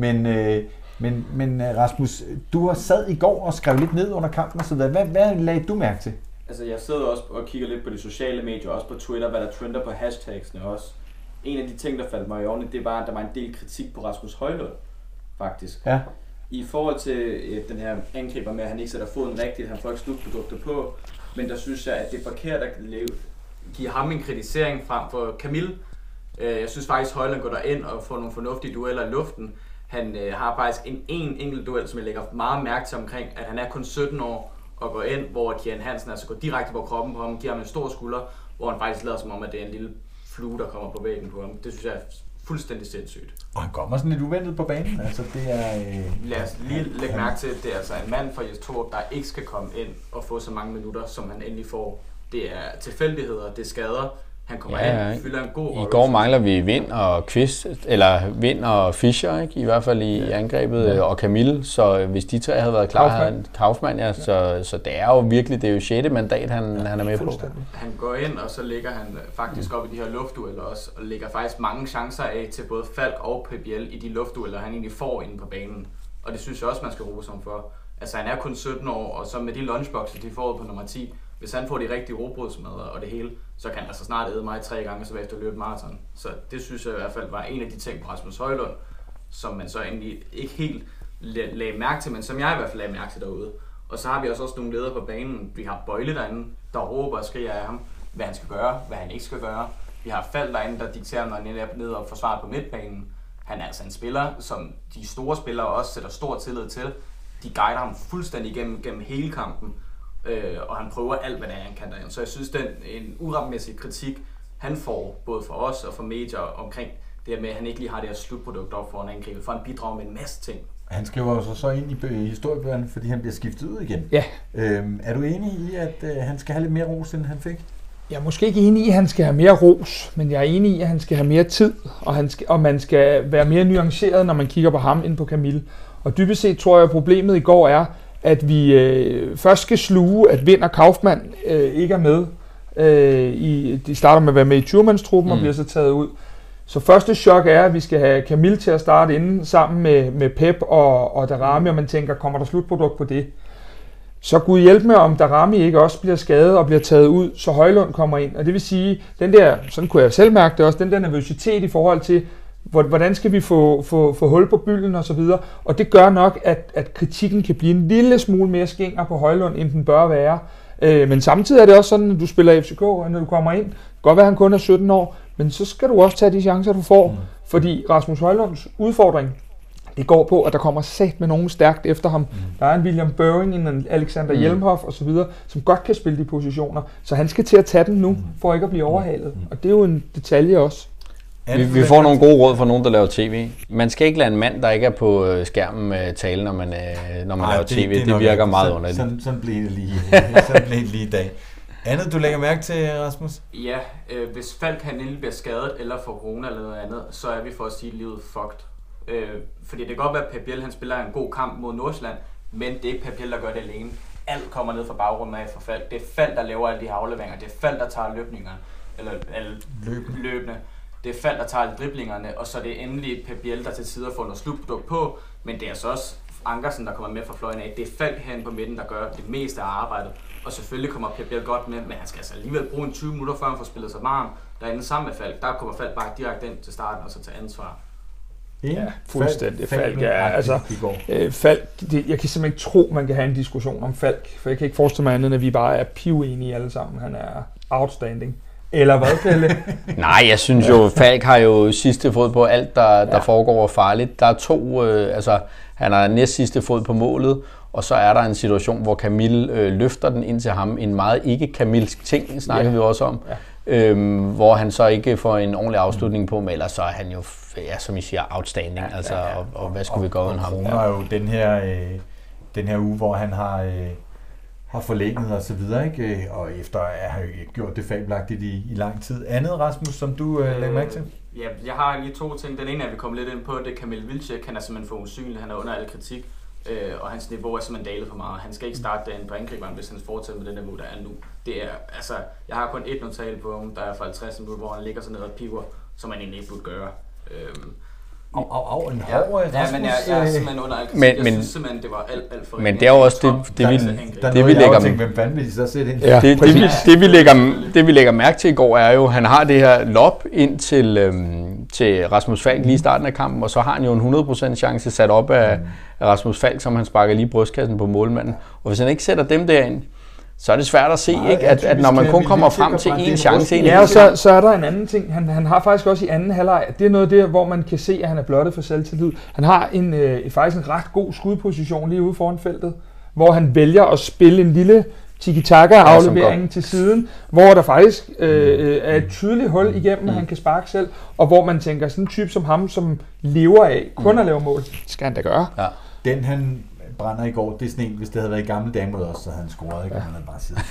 Men Rasmus, du har sad i går og skrev lidt ned under kampen og så videre. Hvad lagde du mærke til? Altså jeg sidder også og kigger lidt på de sociale medier, også på Twitter, hvad der trender på hashtagsene også. En af de ting, der faldt mig i øjnene, det var, at der var en del kritik på Rasmus Højlund, faktisk. Ja. I forhold til den her angriber med, at han ikke sætter foden rigtigt, han får ikke slutprodukter på. Men der synes jeg, at det er forkert at give ham en kritisering frem for Camille. Jeg synes faktisk, at Højlund går derind og får nogle fornuftige dueller i luften. Han har faktisk en enkelt duel, som jeg lægger meget mærke til omkring, at han er kun 17 år og går ind, hvor Kian Hansen altså går direkte på kroppen på ham, giver ham en stor skulder, hvor han faktisk lader som om, at det er en lille flue, der kommer på væggen på ham. Det synes jeg er fuldstændig sindssygt. Og han kommer sådan lidt uventet på banen, altså det er... Lad os lige lægge mærke til, at det er altså en mand fra Jes Torup, der ikke skal komme ind og få så mange minutter, som han endelig får det er tilfældigheder, det er skader. Han kommer ind, fylder en god rolle. I går mangler vi Vind og Kvist, eller Vind og Fischer, ikke? I hvert fald i angrebet, og Camille. Så hvis de tre havde været klar, havde Kaufmann, så det er jo virkelig, det er jo 6. mandat, han er med på. Han går ind, og så ligger han faktisk op i de her luftdueller også, og lægger faktisk mange chancer af til både Falk og PBL i de luftdueller, han egentlig får inde på banen. Og det synes jeg også, man skal rose ham for. Altså han er kun 17 år, og så med de lunchboxer, de får på nummer 10, hvis han får de rigtige robrudsmadder og det hele, så kan han altså snart æde mig 3 gange, så efter løbe maraton. Så det synes jeg i hvert fald var en af de ting på Rasmus Højlund, som man så egentlig ikke helt lagde mærke til, men som jeg i hvert fald lagde mærke til derude. Og så har vi også nogle ledere på banen. Vi har Bøjle derinde, der råber og skriger af ham, hvad han skal gøre, hvad han ikke skal gøre. Vi har Falk derinde, der dikterer, når han er ned og forsvarer på midtbanen. Han er altså en spiller, som de store spillere også sætter stor tillid til. De guider ham fuldstændig gennem hele kampen. Og han prøver alt, hvad han kan derinde. Så jeg synes, den en uretmæssig kritik, han får, både for os og for medier, omkring det her med, at han ikke lige har det her slutprodukt op foran angrebet, for han bidrager med en masse ting. Han skriver jo så ind i historiebøgerne, fordi han bliver skiftet ud igen. Ja. Er du enig i, at han skal have lidt mere ros, end han fik? Jeg er måske ikke enig i, at han skal have mere ros, men jeg er enig i, at han skal have mere tid, og man skal være mere nuanceret, når man kigger på ham ind på Camille. Og dybest set tror jeg, at problemet i går er, at vi først skal sluge, at Vind og Kaufmann ikke er med. De starter med at være med i Thurmans-truppen og bliver så taget ud. Så første chok er, at vi skal have Camille til at starte inden sammen med Pep og Darami, og man tænker, kommer der slutprodukt på det? Så Gud hjælp med, om Darami ikke også bliver skadet og bliver taget ud, så Højlund kommer ind. Og det vil sige, den der, sådan kunne jeg selv mærke det også, den der nervøsitet i forhold til, hvordan skal vi få hul på bylden og så videre. Og det gør nok, at kritikken kan blive en lille smule mere skinger på Højlund, end den bør være. Men samtidig er det også sådan, at du spiller FCK, og når du kommer ind, godt være, at han kun er 17 år, men så skal du også tage de chancer, du får. Fordi Rasmus Højlunds udfordring, det går på, at der kommer sat med nogen stærkt efter ham. Der er en William Børing, en Alexander Hjelmhoff og så videre, som godt kan spille de positioner. Så han skal til at tage den nu, for ikke at blive overhalet. Og det er jo en detalje også. Vi får nogle gode råd fra nogen, der laver tv. Man skal ikke lade en mand, der ikke er på skærmen, tale, når man laver tv. Det virker meget underligt. Sådan blev det lige i dag. Andet, du lægger mærke til, Rasmus? Ja, hvis Falk han endelig bliver skadet, eller får corona eller noget andet, så er vi for at sige livet fucked. Fordi det kan godt være, at Pep Biel han spiller en god kamp mod Nordsjælland, men det er ikke Pep Biel, der gør det alene. Alt kommer ned fra bagrummet af for Falk. Det er Falk, der laver alle de her afleveringer. Det er Falk, der tager løbninger, eller løbende. Det er Falk, der tager driblingerne, og så er det endelig Pep Biel, der til tider får noget slutprodukt på, men det er så også Ankersen, der kommer med fra fløjen af. Det er Falk herinde på midten, der gør det meste af arbejdet, og selvfølgelig kommer Pep Biel godt med, men han skal altså alligevel bruge en 20 minutter, før han får spillet sig varm derinde sammen med Falk. Der kommer Falk bare direkte ind til starten og så tage ansvar. Ja, fuldstændig. Falk er, altså, Falk, jeg kan simpelthen ikke tro, man kan have en diskussion om Falk, for jeg kan ikke forestille mig andet, end at vi bare er pivenige alle sammen. Han er outstanding. Eller hvad, Pelle? Nej, jeg synes jo, Falk har jo sidste fod på alt, der foregår farligt. Der er 2, han har næst sidste fod på målet, og så er der en situation, hvor Camille løfter den ind til ham. En meget ikke-Camilsk ting, snakker vi også om. Ja. Hvor han så ikke får en ordentlig afslutning på, men ellers så er han jo, som I siger, outstanding. Og hvad skulle vi gøre uden ham? Og er jo den her uge, hvor han har forlænget og så videre, ikke? Og efter at have gjort det fabelagtigt i lang tid. Andet, Rasmus, som du lægger mærke til? Ja, jeg har lige 2 ting. Den ene er, at vi kommer lidt ind på, det er Kamil Vilcek. Han er simpelthen for usynlig, han er under al kritik, og hans niveau er simpelthen dalet for meget. Han skal ikke starte dagen på angriberen, hvis han fortsætter med den niveau, der er nu. Det er, altså, jeg har kun et notat på ham, der er fra 50 minutter, hvor han ligger sådan ned og piver, som han egentlig ikke burde gøre. En hård Rasmus. Ja, men jeg er simpelthen under al kritik. Jeg synes simpelthen, det var alt for... Men det er jo også det vi lægger... Hvem fanden vil de så sætte ind? Ja, det vi lægger mærke til i går er jo, han har det her lob ind til Rasmus Falk lige i starten af kampen, og så har han jo en 100% chance sat op af Rasmus Falk, som han sparker lige brystkassen på målmanden. Og hvis han ikke sætter dem derind, så er det svært at se, ikke? At når man kun kommer frem til én chance... Ja, og så er der en anden ting. Han har faktisk også i anden halvleg, det er noget der, hvor man kan se, at han er blottet for selvtillid. Han har faktisk en ret god skudposition lige ude foran feltet, hvor han vælger at spille en lille tiki-taka-aflevering til siden, hvor der faktisk er et tydeligt hul igennem, han kan sparke selv, og hvor man tænker, sådan en type som ham, som lever af kun at lave mål, skal han da gøre. Ja. Den han brænder i går, det er sådan en, hvis det havde været i gamle dage mod os, så havde han scoret, ikke? Ja. Man havde bare siddet,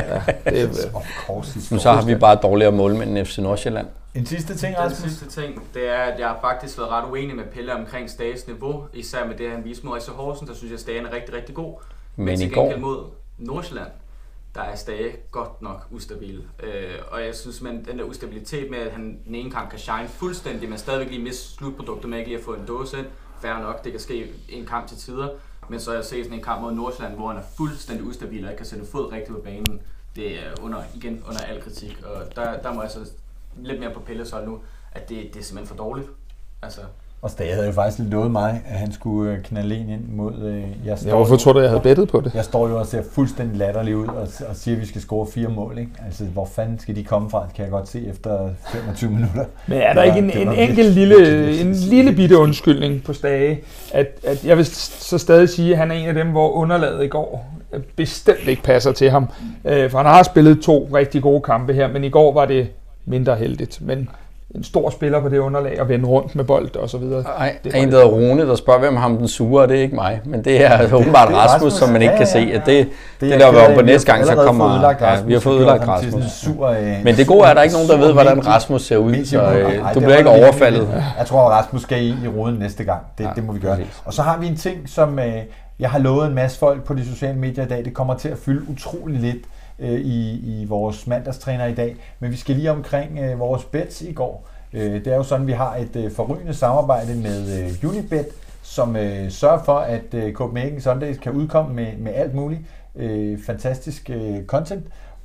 men så har vi bare dårligere målmænd end FC Nordsjælland. En sidste ting, Rasmus? Den sidste ting, det er, at jeg har faktisk været ret uenig med Pelle omkring Stages niveau, især med det, han viste mod Esse Horsens, der synes jeg, at Stagen er rigtig, rigtig god. Men til gengæld mod Nordsjælland, der er Stage godt nok ustabil. Og jeg synes, at den der ustabilitet med, at han den ene kamp kan shine fuldstændig, men stadigvæk lige miste slutproduktet med ikke lige at få en dåse ind. Fair nok, det kan ske en kamp til tider. Men så har jeg set sådan en kamp mod Nordsjælland, hvor han er fuldstændig ustabil og ikke kan sætte fod rigtigt på banen. Det er under al kritik, og der må jeg så lidt mere på Pelles hold nu, at det er simpelthen for dårligt. Altså. Og Stage havde jo faktisk lovet mig, at han skulle knalde en ind mod... Hvorfor tror du, jeg havde bettet på det? Jeg står jo og ser fuldstændig latterlig ud og siger, at vi skal score 4 mål. Ikke? Altså, hvor fanden skal de komme fra? Det kan jeg godt se efter 25 minutter. Men er der ikke en enkelt lille bitte undskyldning på Stage? At jeg vil så stadig sige, at han er en af dem, hvor underlaget i går bestemt ikke passer til ham. For han har spillet 2 rigtig gode kampe her, men i går var det mindre heldigt. Men en stor spiller på det underlag og vende rundt med bold og så videre. Nej, en der hedder Rune, der spørger, hvem ham den sure, og det er ikke mig. Men det er åbenbart Rasmus, som man ikke kan se. At det der var på næste gang, så kommer... vi har fået udlagt Rasmus. Men det gode er, at der ikke nogen, der ved, hvordan Rasmus ser ud, så du bliver ikke overfaldet. Jeg tror, at Rasmus skal i ruden næste gang. Det må vi gøre. Og så har vi en ting, som jeg har lovet en masse folk på de sociale medier i dag. Det kommer til at fylde utrolig lidt i vores mandagstræner i dag, men vi skal lige omkring vores bets i går. Det er jo sådan, vi har et forrygende samarbejde med Unibet, som sørger for, at Copenhagen Sundays kan udkomme med alt muligt fantastisk content,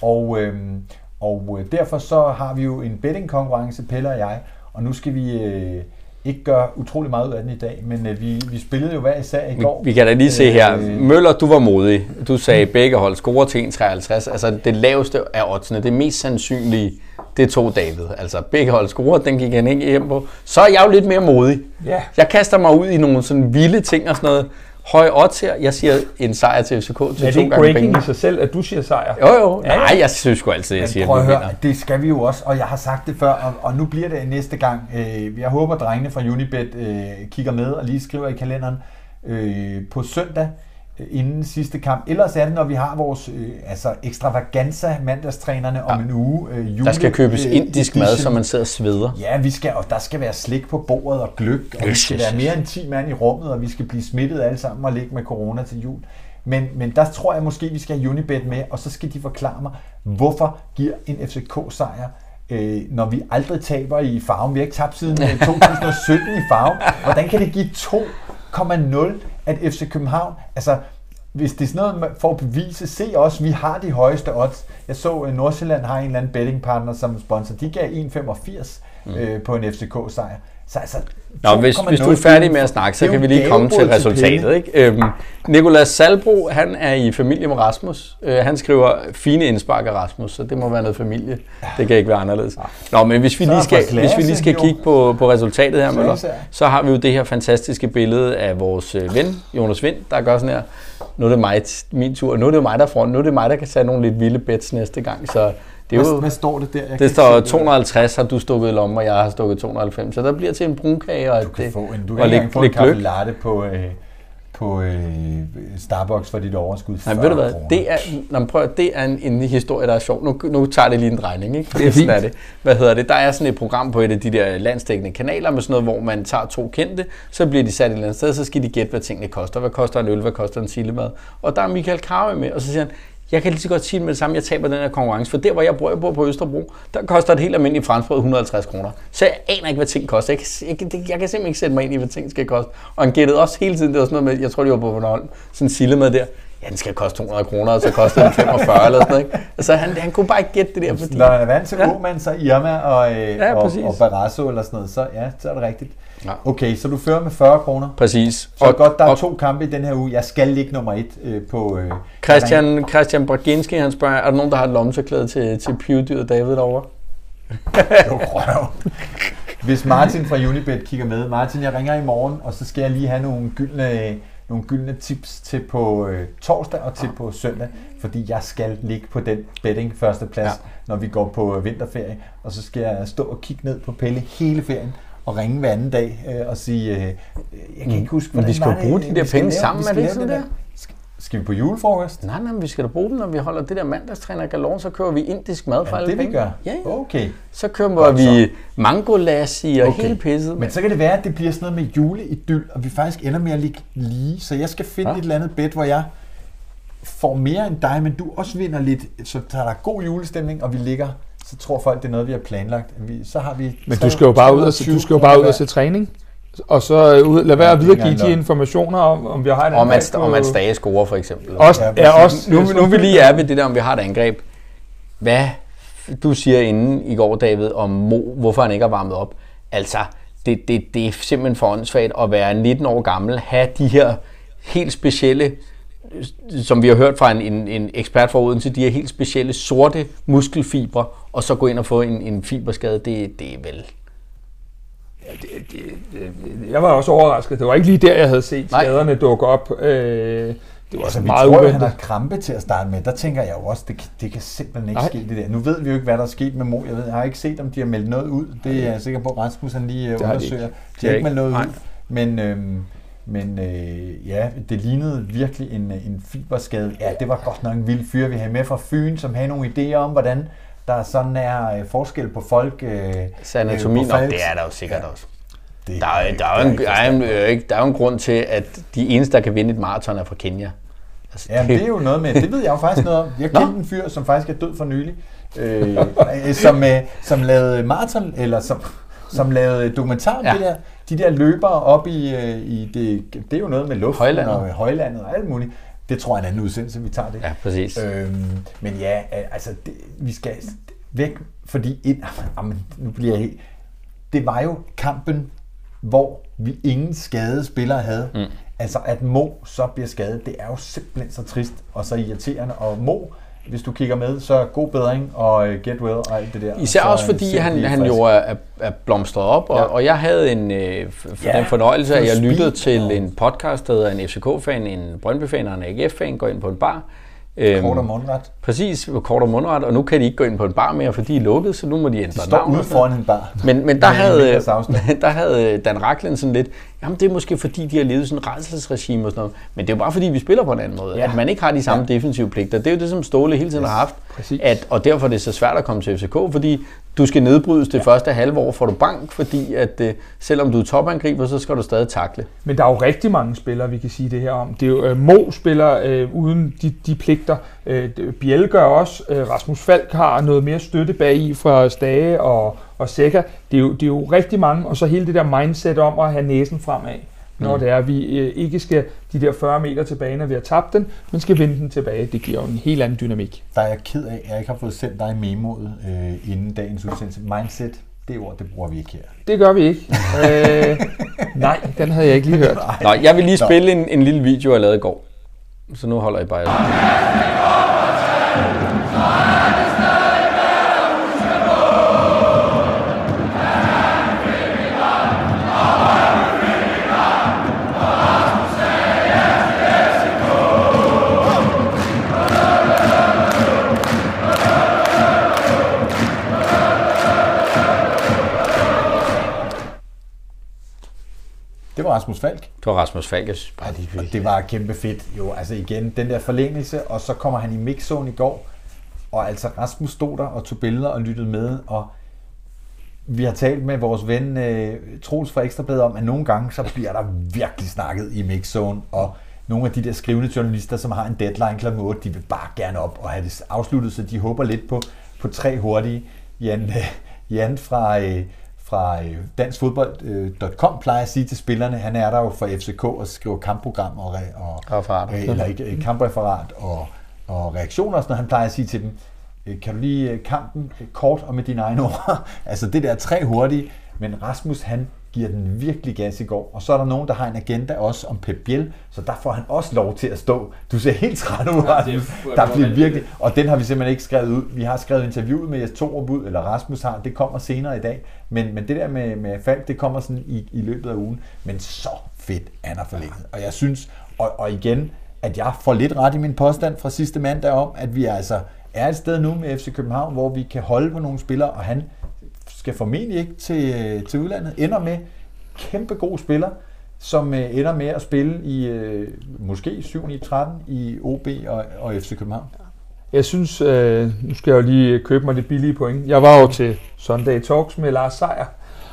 og derfor så har vi jo en bettingkonkurrence, Pelle og jeg, og nu skal vi ikke gøre utrolig meget ud af den i dag, men vi spillede jo hver især i går. Vi kan da lige se her. Møller, du var modig. Du sagde, begge hold scorer til 1,53. Altså det laveste af oddsene, det mest sandsynlige, det tog David. Altså begge hold scorer, den gik han ikke hjem på. Så er jeg jo lidt mere modig. Yeah. Jeg kaster mig ud i nogle sådan vilde ting og sådan noget. Høje odds her. Jeg siger en sejr til FCK til 2 gange penge. Er det ikke breaking i sig selv, at du siger sejr? Jo. Ja. Nej, jeg synes sgu altid, jeg siger, at vi vinder. Det skal vi jo også, og jeg har sagt det før, og nu bliver det næste gang. Jeg håber, drengene fra Unibet kigger med og lige skriver i kalenderen på søndag inden sidste kamp. Ellers er det, når vi har vores extravaganza mandagstrænerne om en uge. Der skal købes indisk mad, så man sidder og sveder. Ja, og der skal være slik på bordet og gløgg, og vi skal være mere end 10 mand i rummet, og vi skal blive smittet alle sammen og ligge med corona til jul. Men der tror jeg måske, vi skal have Unibet med, og så skal de forklare mig, hvorfor giver en FCK-sejr, når vi aldrig taber i Farum. Vi har ikke tabt siden 2017 i Farum. Hvordan kan det give 2,0 at FC København, altså hvis det er sådan noget for at bevise, se også, vi har de højeste odds. Jeg så Nordsjælland har en eller anden bettingpartner som sponsor, de gav 1,85 på en FCK-sejr. Så altså, hvis du er færdig med at snakke, så kan vi lige komme til resultatet. Ikke? Nicolas Salbro, han er i familie med Rasmus. Han skriver fine indspark af Rasmus, så det må være noget familie. Det kan ikke være anderledes. Men hvis vi lige skal kigge på resultatet her, Møller, så har vi jo det her fantastiske billede af vores ven, Jonas Vind, der gør sådan her. Nu er det min tur, og nu er det mig, der får. Nu er det mig, der kan tage nogle lidt vilde bets næste gang. Så det er jo, hvad står det der? Det står 250 har du stukket i lommen, og jeg har stukket 290. Så der bliver til en brunkage og du kan få en kaffe latte på Starbucks for dit overskud. Nej, ved du hvad? Det er en historie, der er sjov. Nu tager det lige en drejning, ikke? Det er fint. Der er sådan et program på et af de der landsdækkende kanaler med sådan noget, hvor man tager 2 kendte, så bliver de sat et eller andet sted, så skal de gætte, hvad tingene koster. Hvad koster en øl? Hvad koster en sillemad? Og der er Michael Carøe med, og så siger han, jeg kan lige så godt sige med det samme, jeg taber den her konkurrence, for der hvor jeg bor på Østerbro, der koster et helt almindeligt franskbrød 150 kroner. Så jeg aner ikke, hvad ting koster. Jeg kan simpelthen ikke sætte mig ind i, hvad ting skal koste. Og han gættede også hele tiden, det var sådan noget med, jeg tror, det var på Bornholm, sådan en sillemad der. Ja, den skal koste 200 kroner, og så koster den 45 eller sådan noget. Ikke? Altså han kunne bare ikke gætte det der. Fordi... Når han er vant til Roman, så Irma og Barrasso eller sådan noget, så er det rigtigt. Ja. Okay, så du fører med 40 kroner. Præcis. Så godt, der er 2 kampe i den her uge. Jeg skal ligge nummer 1 på... Christian Braginski, han spørger, er der nogen, der har et lommetørklæde til Pivdyret David derovre? Jo, røv. Hvis Martin fra Unibet kigger med. Martin, jeg ringer i morgen, og så skal jeg lige have nogle gyldne tips til på torsdag og til på søndag, fordi jeg skal ligge på den betting førsteplads, når vi går på vinterferie, og så skal jeg stå og kigge ned på Pelle hele ferien, at ringe hver anden dag og sige, jeg kan ikke huske, hvordan det var. Men vi skal jo bruge de der penge sammen, er det ikke sådan der? Skal vi på julefrokost? Nej, vi skal da bruge dem, når vi holder det der mandagstræner galon, så kører vi indisk mad for alle penge. Det vi gør? Ja. Okay. Så kører vi mangolassi og hele pisset. Men så kan det være, at det bliver sådan noget med juleidyl, og vi faktisk ender med at ligge lige. Så jeg skal finde et eller andet bed, hvor jeg får mere end dig, men du også vinder lidt, så der er god julestemning, og vi ligger, så tror folk, det er noget, vi har planlagt. Så har vi. Men du skal jo bare ud og se træning. Og så lad være at videregive de informationer om vi har et angreb. Om at Stage scorer for eksempel. Nu er vi lige ved det der, om vi har et angreb. Hvad du siger inden i går, David, om Mo, hvorfor han ikke har varmet op. Altså, det er simpelthen for åndssvagt at være 19 år gammel, have de her helt specielle, som vi har hørt fra en ekspert fra Odense, de her helt specielle sorte muskelfibre, og så gå ind og få en fiberskade, det er vel... Jeg var også overrasket. Det var ikke lige der, jeg havde set skaderne dukke op. Det var altså meget uventet. Han har krampe til at starte med. Der tænker jeg jo også, det kan simpelthen ikke ske det der. Nu ved vi jo ikke, hvad der er sket med Mo. Jeg har ikke set, om de har meldt noget ud. Det er jeg sikker på, at Rasmus han lige undersøger. De har ikke meldt noget ud. Men det lignede virkelig en fiberskade. Ja, det var godt nok en vild fyr, vi havde med fra Fyn, som havde nogle idéer om, hvordan der sådan er forskel på folk. Anatomien, og det er der jo sikkert også. Der er jo en grund til, at de eneste, der kan vinde et maraton, er fra Kenya. Altså, ja, det er jo noget med, det ved jeg jo faktisk noget om. Jeg kendte en fyr, som faktisk er død for nylig, som lavede maraton, eller som lavede dokumentar om de der løbere op i det er jo noget med luften og højlandet og alt muligt. Det tror jeg er en anden udsendelse, vi tager det. Ja, præcis. Men ja, altså, vi skal væk, fordi nu bliver jeg helt... Det var jo kampen, hvor vi ingen skadede spillere havde. Altså, at Mo så bliver skadet, det er jo simpelthen så trist og så irriterende. Og Mo, hvis du kigger med, så god bedring og get well og alt det der. Især også fordi han jo er blomstret op, og jeg havde den fornøjelse, at jeg lyttede til en podcast, der hedder en FCK-fan, en Brøndby-fan og en AGF-fan går ind på en bar. Kort og mundret. Præcis, kort og mundret, og nu kan de ikke gå ind på en bar mere, fordi de er lukket, så nu må de ændre navn. De står ude foran en bar. Men der havde Dan Rachlin sådan lidt, jamen det er måske fordi, de har levet sådan et rædselsregime og sådan noget, men det er jo bare fordi, vi spiller på en anden måde, at man ikke har de samme defensive pligter. Det er jo det, som Ståle hele tiden har haft, og derfor er det så svært at komme til FCK, fordi du skal nedbrydes det første halve år, får du bank, fordi at selvom du er topangriber, så skal du stadig takle. Men der er jo rigtig mange spillere, vi kan sige det her om. Det er jo Mo spiller uden de pligter. Biel gør også. Rasmus Falk har noget mere støtte bagi fra Stage og Sækker. Det er jo rigtig mange, og så hele det der mindset om at have næsen fremad. Når det er, at vi ikke skal de der 40 meter tilbage, når vi har tabt den, men skal vende den tilbage. Det giver jo en helt anden dynamik. Der er jeg ked af, at jeg ikke har fået sendt dig memoet inden dagens udsendelse. Mindset, det ord, det bruger vi ikke her. Det gør vi ikke. Nej, den havde jeg ikke lige hørt. Nå, jeg vil lige spille en lille video, jeg lavede i går. Så nu holder I bare. Det var Rasmus Falk. Det var Rasmus Falk, jeg synes bare, det var kæmpe fedt. Jo, altså igen, den der forlængelse, og så kommer han i mixzone i går, og altså Rasmus stod der og tog billeder og lyttede med, og vi har talt med vores ven Troels fra Ekstra Bladet om, at nogle gange så bliver der virkelig snakket i mixzone, og nogle af de der skrivende journalister, som har en deadline kl. 8, de vil bare gerne op og have det afsluttet, så de håber lidt på 3 hurtige. Jan fra danskfodbold.com plejer at sige til spillerne, han er der jo for FCK og skriver kampprogram kampreferat og reaktioner og sådan noget. Han plejer at sige til dem, kan du lige kampen kort og med dine egne ord? Altså det der 3 hurtige, men Rasmus han giver den virkelig gas i går. Og så er der nogen, der har en agenda også om Pep Biel, så der får han også lov til at stå. Du ser helt træt ud, Rasmus. Der bliver virkelig, og den har vi simpelthen ikke skrevet ud. Vi har skrevet interviewet med Jes Torup ud, eller Rasmus har, det kommer senere i dag. Men det der med Falk, det kommer sådan i løbet af ugen. Men så fedt, han har forlænget. Og jeg synes, og igen, at jeg får lidt ret i min påstand fra sidste mandag om, at vi altså er et sted nu med FC København, hvor vi kan holde på nogle spillere, og han skal formentlig ikke til udlandet. Ender med kæmpe god spiller, som ender med at spille i måske 7-9-13 i OB og FC København. Jeg synes, nu skal jeg jo lige købe mig det billige point. Jeg var jo til Sunday Talks med Lars Seier,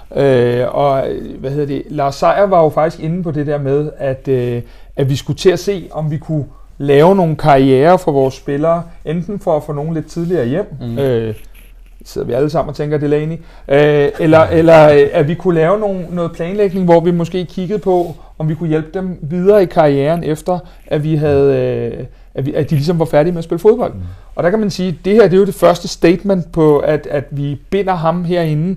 og Lars Seier var jo faktisk inde på det der med, at vi skulle til at se, om vi kunne lave nogle karrierer for vores spillere, enten for at få nogen lidt tidligere hjem, sidder vi alle sammen og tænker Delaney, eller at vi kunne lave noget planlægning, hvor vi måske kiggede på, om vi kunne hjælpe dem videre i karrieren, efter at vi havde, at de ligesom var færdige med at spille fodbold. Og der kan man sige, at det her det er jo det første statement på, at vi binder ham herinde,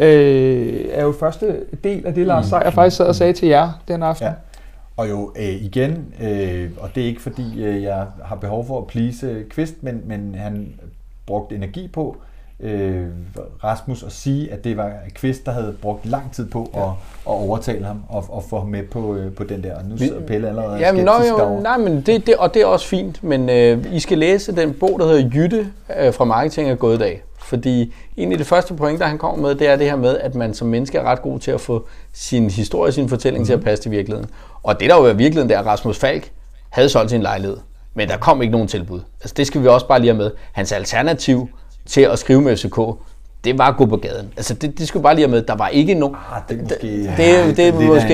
er jo første del af det, Lars Seier faktisk sad og sagde til jer den aften. Ja. Og jo igen, og det er ikke fordi jeg har behov for at please Kvist, men han brugte energi på, Rasmus, at sige, at det var Kvist, der havde brugt lang tid på at overtale ham og få ham med på den der. Og nu sidder Pelle allerede skeptisk over. Nej, men det er også fint, men I skal læse den bog, der hedder Jytte fra Marketing af Gået Dag. Fordi en af de første pointer, han kommer med, det er det her med, at man som menneske er ret god til at få sin historie, sin fortælling til at passe til virkeligheden. Og det der jo er virkeligheden, det er, at Rasmus Falk havde solgt sin lejlighed, men der kom ikke nogen tilbud. Altså det skal vi også bare lige have med. Hans alternativ til at skrive med FCK, det var at gå på gaden. Altså det skulle bare lige have med. Der var ikke nogen... Det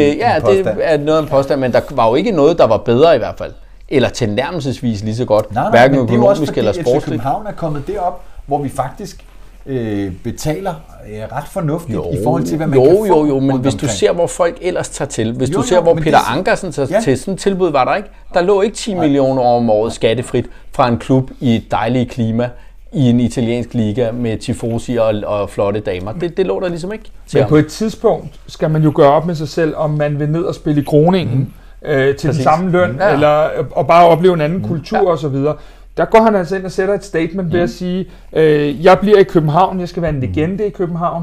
er noget af en påstand, men der var jo ikke noget, der var bedre i hvert fald. Eller tilnærmelsesvis lige så godt. Hverken økonomisk eller sportsligt. FC København er kommet derop, hvor vi faktisk betaler ret fornuftigt i forhold til, hvad man kan få. Jo, men hvis du ser, hvor folk ellers tager til, hvis du ser, hvor Peter Ankersen tager til, sådan et tilbud var der ikke. Der lå ikke 10 millioner om året skattefrit fra en klub i et dejligt klima i en italiensk liga med tifosi og flotte damer. Det lå der ligesom ikke. Men på et tidspunkt skal man jo gøre op med sig selv, om man vil ned og spille i Groningen til den samme løn, eller og bare opleve en anden kultur osv. Der går han altså ind og sætter et statement ved at sige, jeg bliver i København, jeg skal være en legende i København,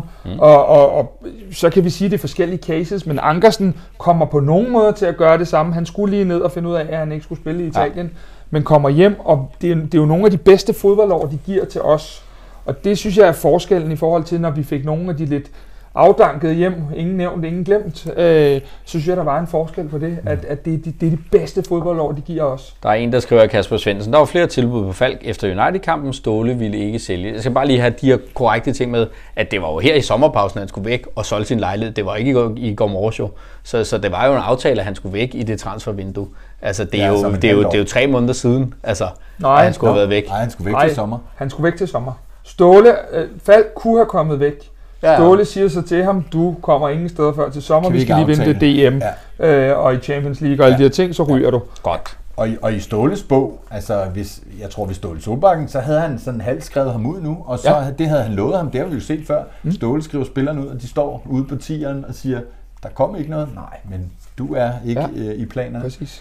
og så kan vi sige, det er forskellige cases, men Ankersen kommer på nogen måde til at gøre det samme. Han skulle lige ned og finde ud af, at han ikke skulle spille i Italien, men kommer hjem, og det er jo nogle af de bedste fodboldår, de giver til os. Og det synes jeg er forskellen i forhold til, når vi fik nogle af de lidt afdankede hjem, ingen nævnt, ingen glemt, så synes jeg, der var en forskel på det, at det er de bedste fodboldår, de giver os. Der er en, der skriver, Kasper Svendsen, der var flere tilbud på Falk efter United-kampen, Ståle ville ikke sælge. Jeg skal bare lige have de her korrekte ting med, at det var jo her i sommerpausen, han skulle væk og solgte sin lejlighed. Det var ikke i går morges jo. Så det var jo en aftale, at han skulle væk i det transfervindue. Altså, det er jo 3 måneder siden, altså, han skulle have været væk. Nej, han skulle væk til sommer. Han skulle væk til sommer. Ståle, Falk kunne have kommet væk. Ståle siger så til ham, du kommer ingen steder før til sommer, vi skal lige vinde DM, og i Champions League og alle de her ting, så ryger du. Godt. Og i Ståles bog, altså hvis Ståle Solbakken, så havde han sådan halvt skrevet ham ud nu, og så det havde han lovet ham, det har vi jo set før. Ståle skriver spillerne ud, og de står ude på tieren og siger, der kommer ikke noget. Nej, men du er ikke i planerne. Præcis.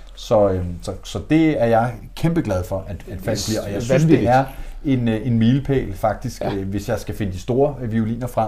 Så det er jeg kæmpe glad for, at Falk bliver, og jeg synes, det er en milepæl faktisk, hvis jeg skal finde de store violiner frem,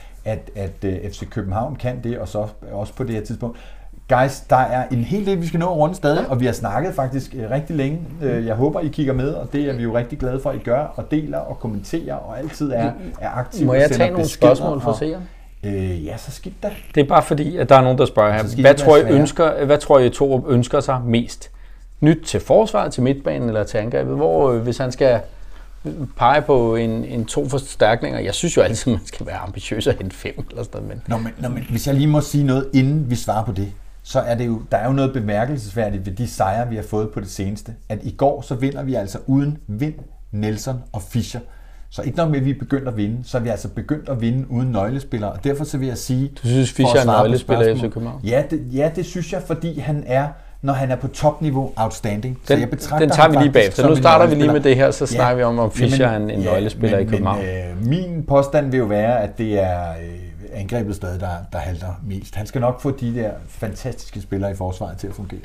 at FC København kan det, og så også på det her tidspunkt. Guys, der er en hel del, vi skal nå at runde stadig, og vi har snakket faktisk rigtig længe. Jeg håber, I kigger med, og det er vi jo rigtig glade for, at I gør, og deler og kommenterer, og altid er aktive. Må jeg tage nogle spørgsmål fra seeren? Ja, så skidt da. Det er bare fordi, at der er nogen, der spørger her. Hvad tror I Torup ønsker sig mest? Nyt til forsvaret, til midtbanen eller til angrebet? Hvor hvis han skal pege på en 2 forstærkninger. Jeg synes jo altid, man skal være ambitiøs og hente 5 eller sådan noget. Men hvis jeg lige må sige noget, inden vi svarer på det, så er det jo, der er jo noget bemærkelsesværdigt ved de sejre, vi har fået på det seneste. At i går, så vinder vi altså uden Vind, Nelson og Fischer. Så ikke nok med, at vi er begyndt at vinde, så er vi altså begyndt at vinde uden nøglespillere. Og derfor så vil jeg sige... Du synes, Fischer er en nøglespiller i FC København? Ja, det synes jeg, fordi han er... Når han er på topniveau, outstanding. Så jeg den tager vi lige bagefter. Nu starter vi lige med det her, så snakker vi om Fischer er en nøglespiller i København. Min påstand vil jo være, at det er angrebet stadig, der halter mest. Han skal nok få de der fantastiske spillere i forsvaret til at fungere.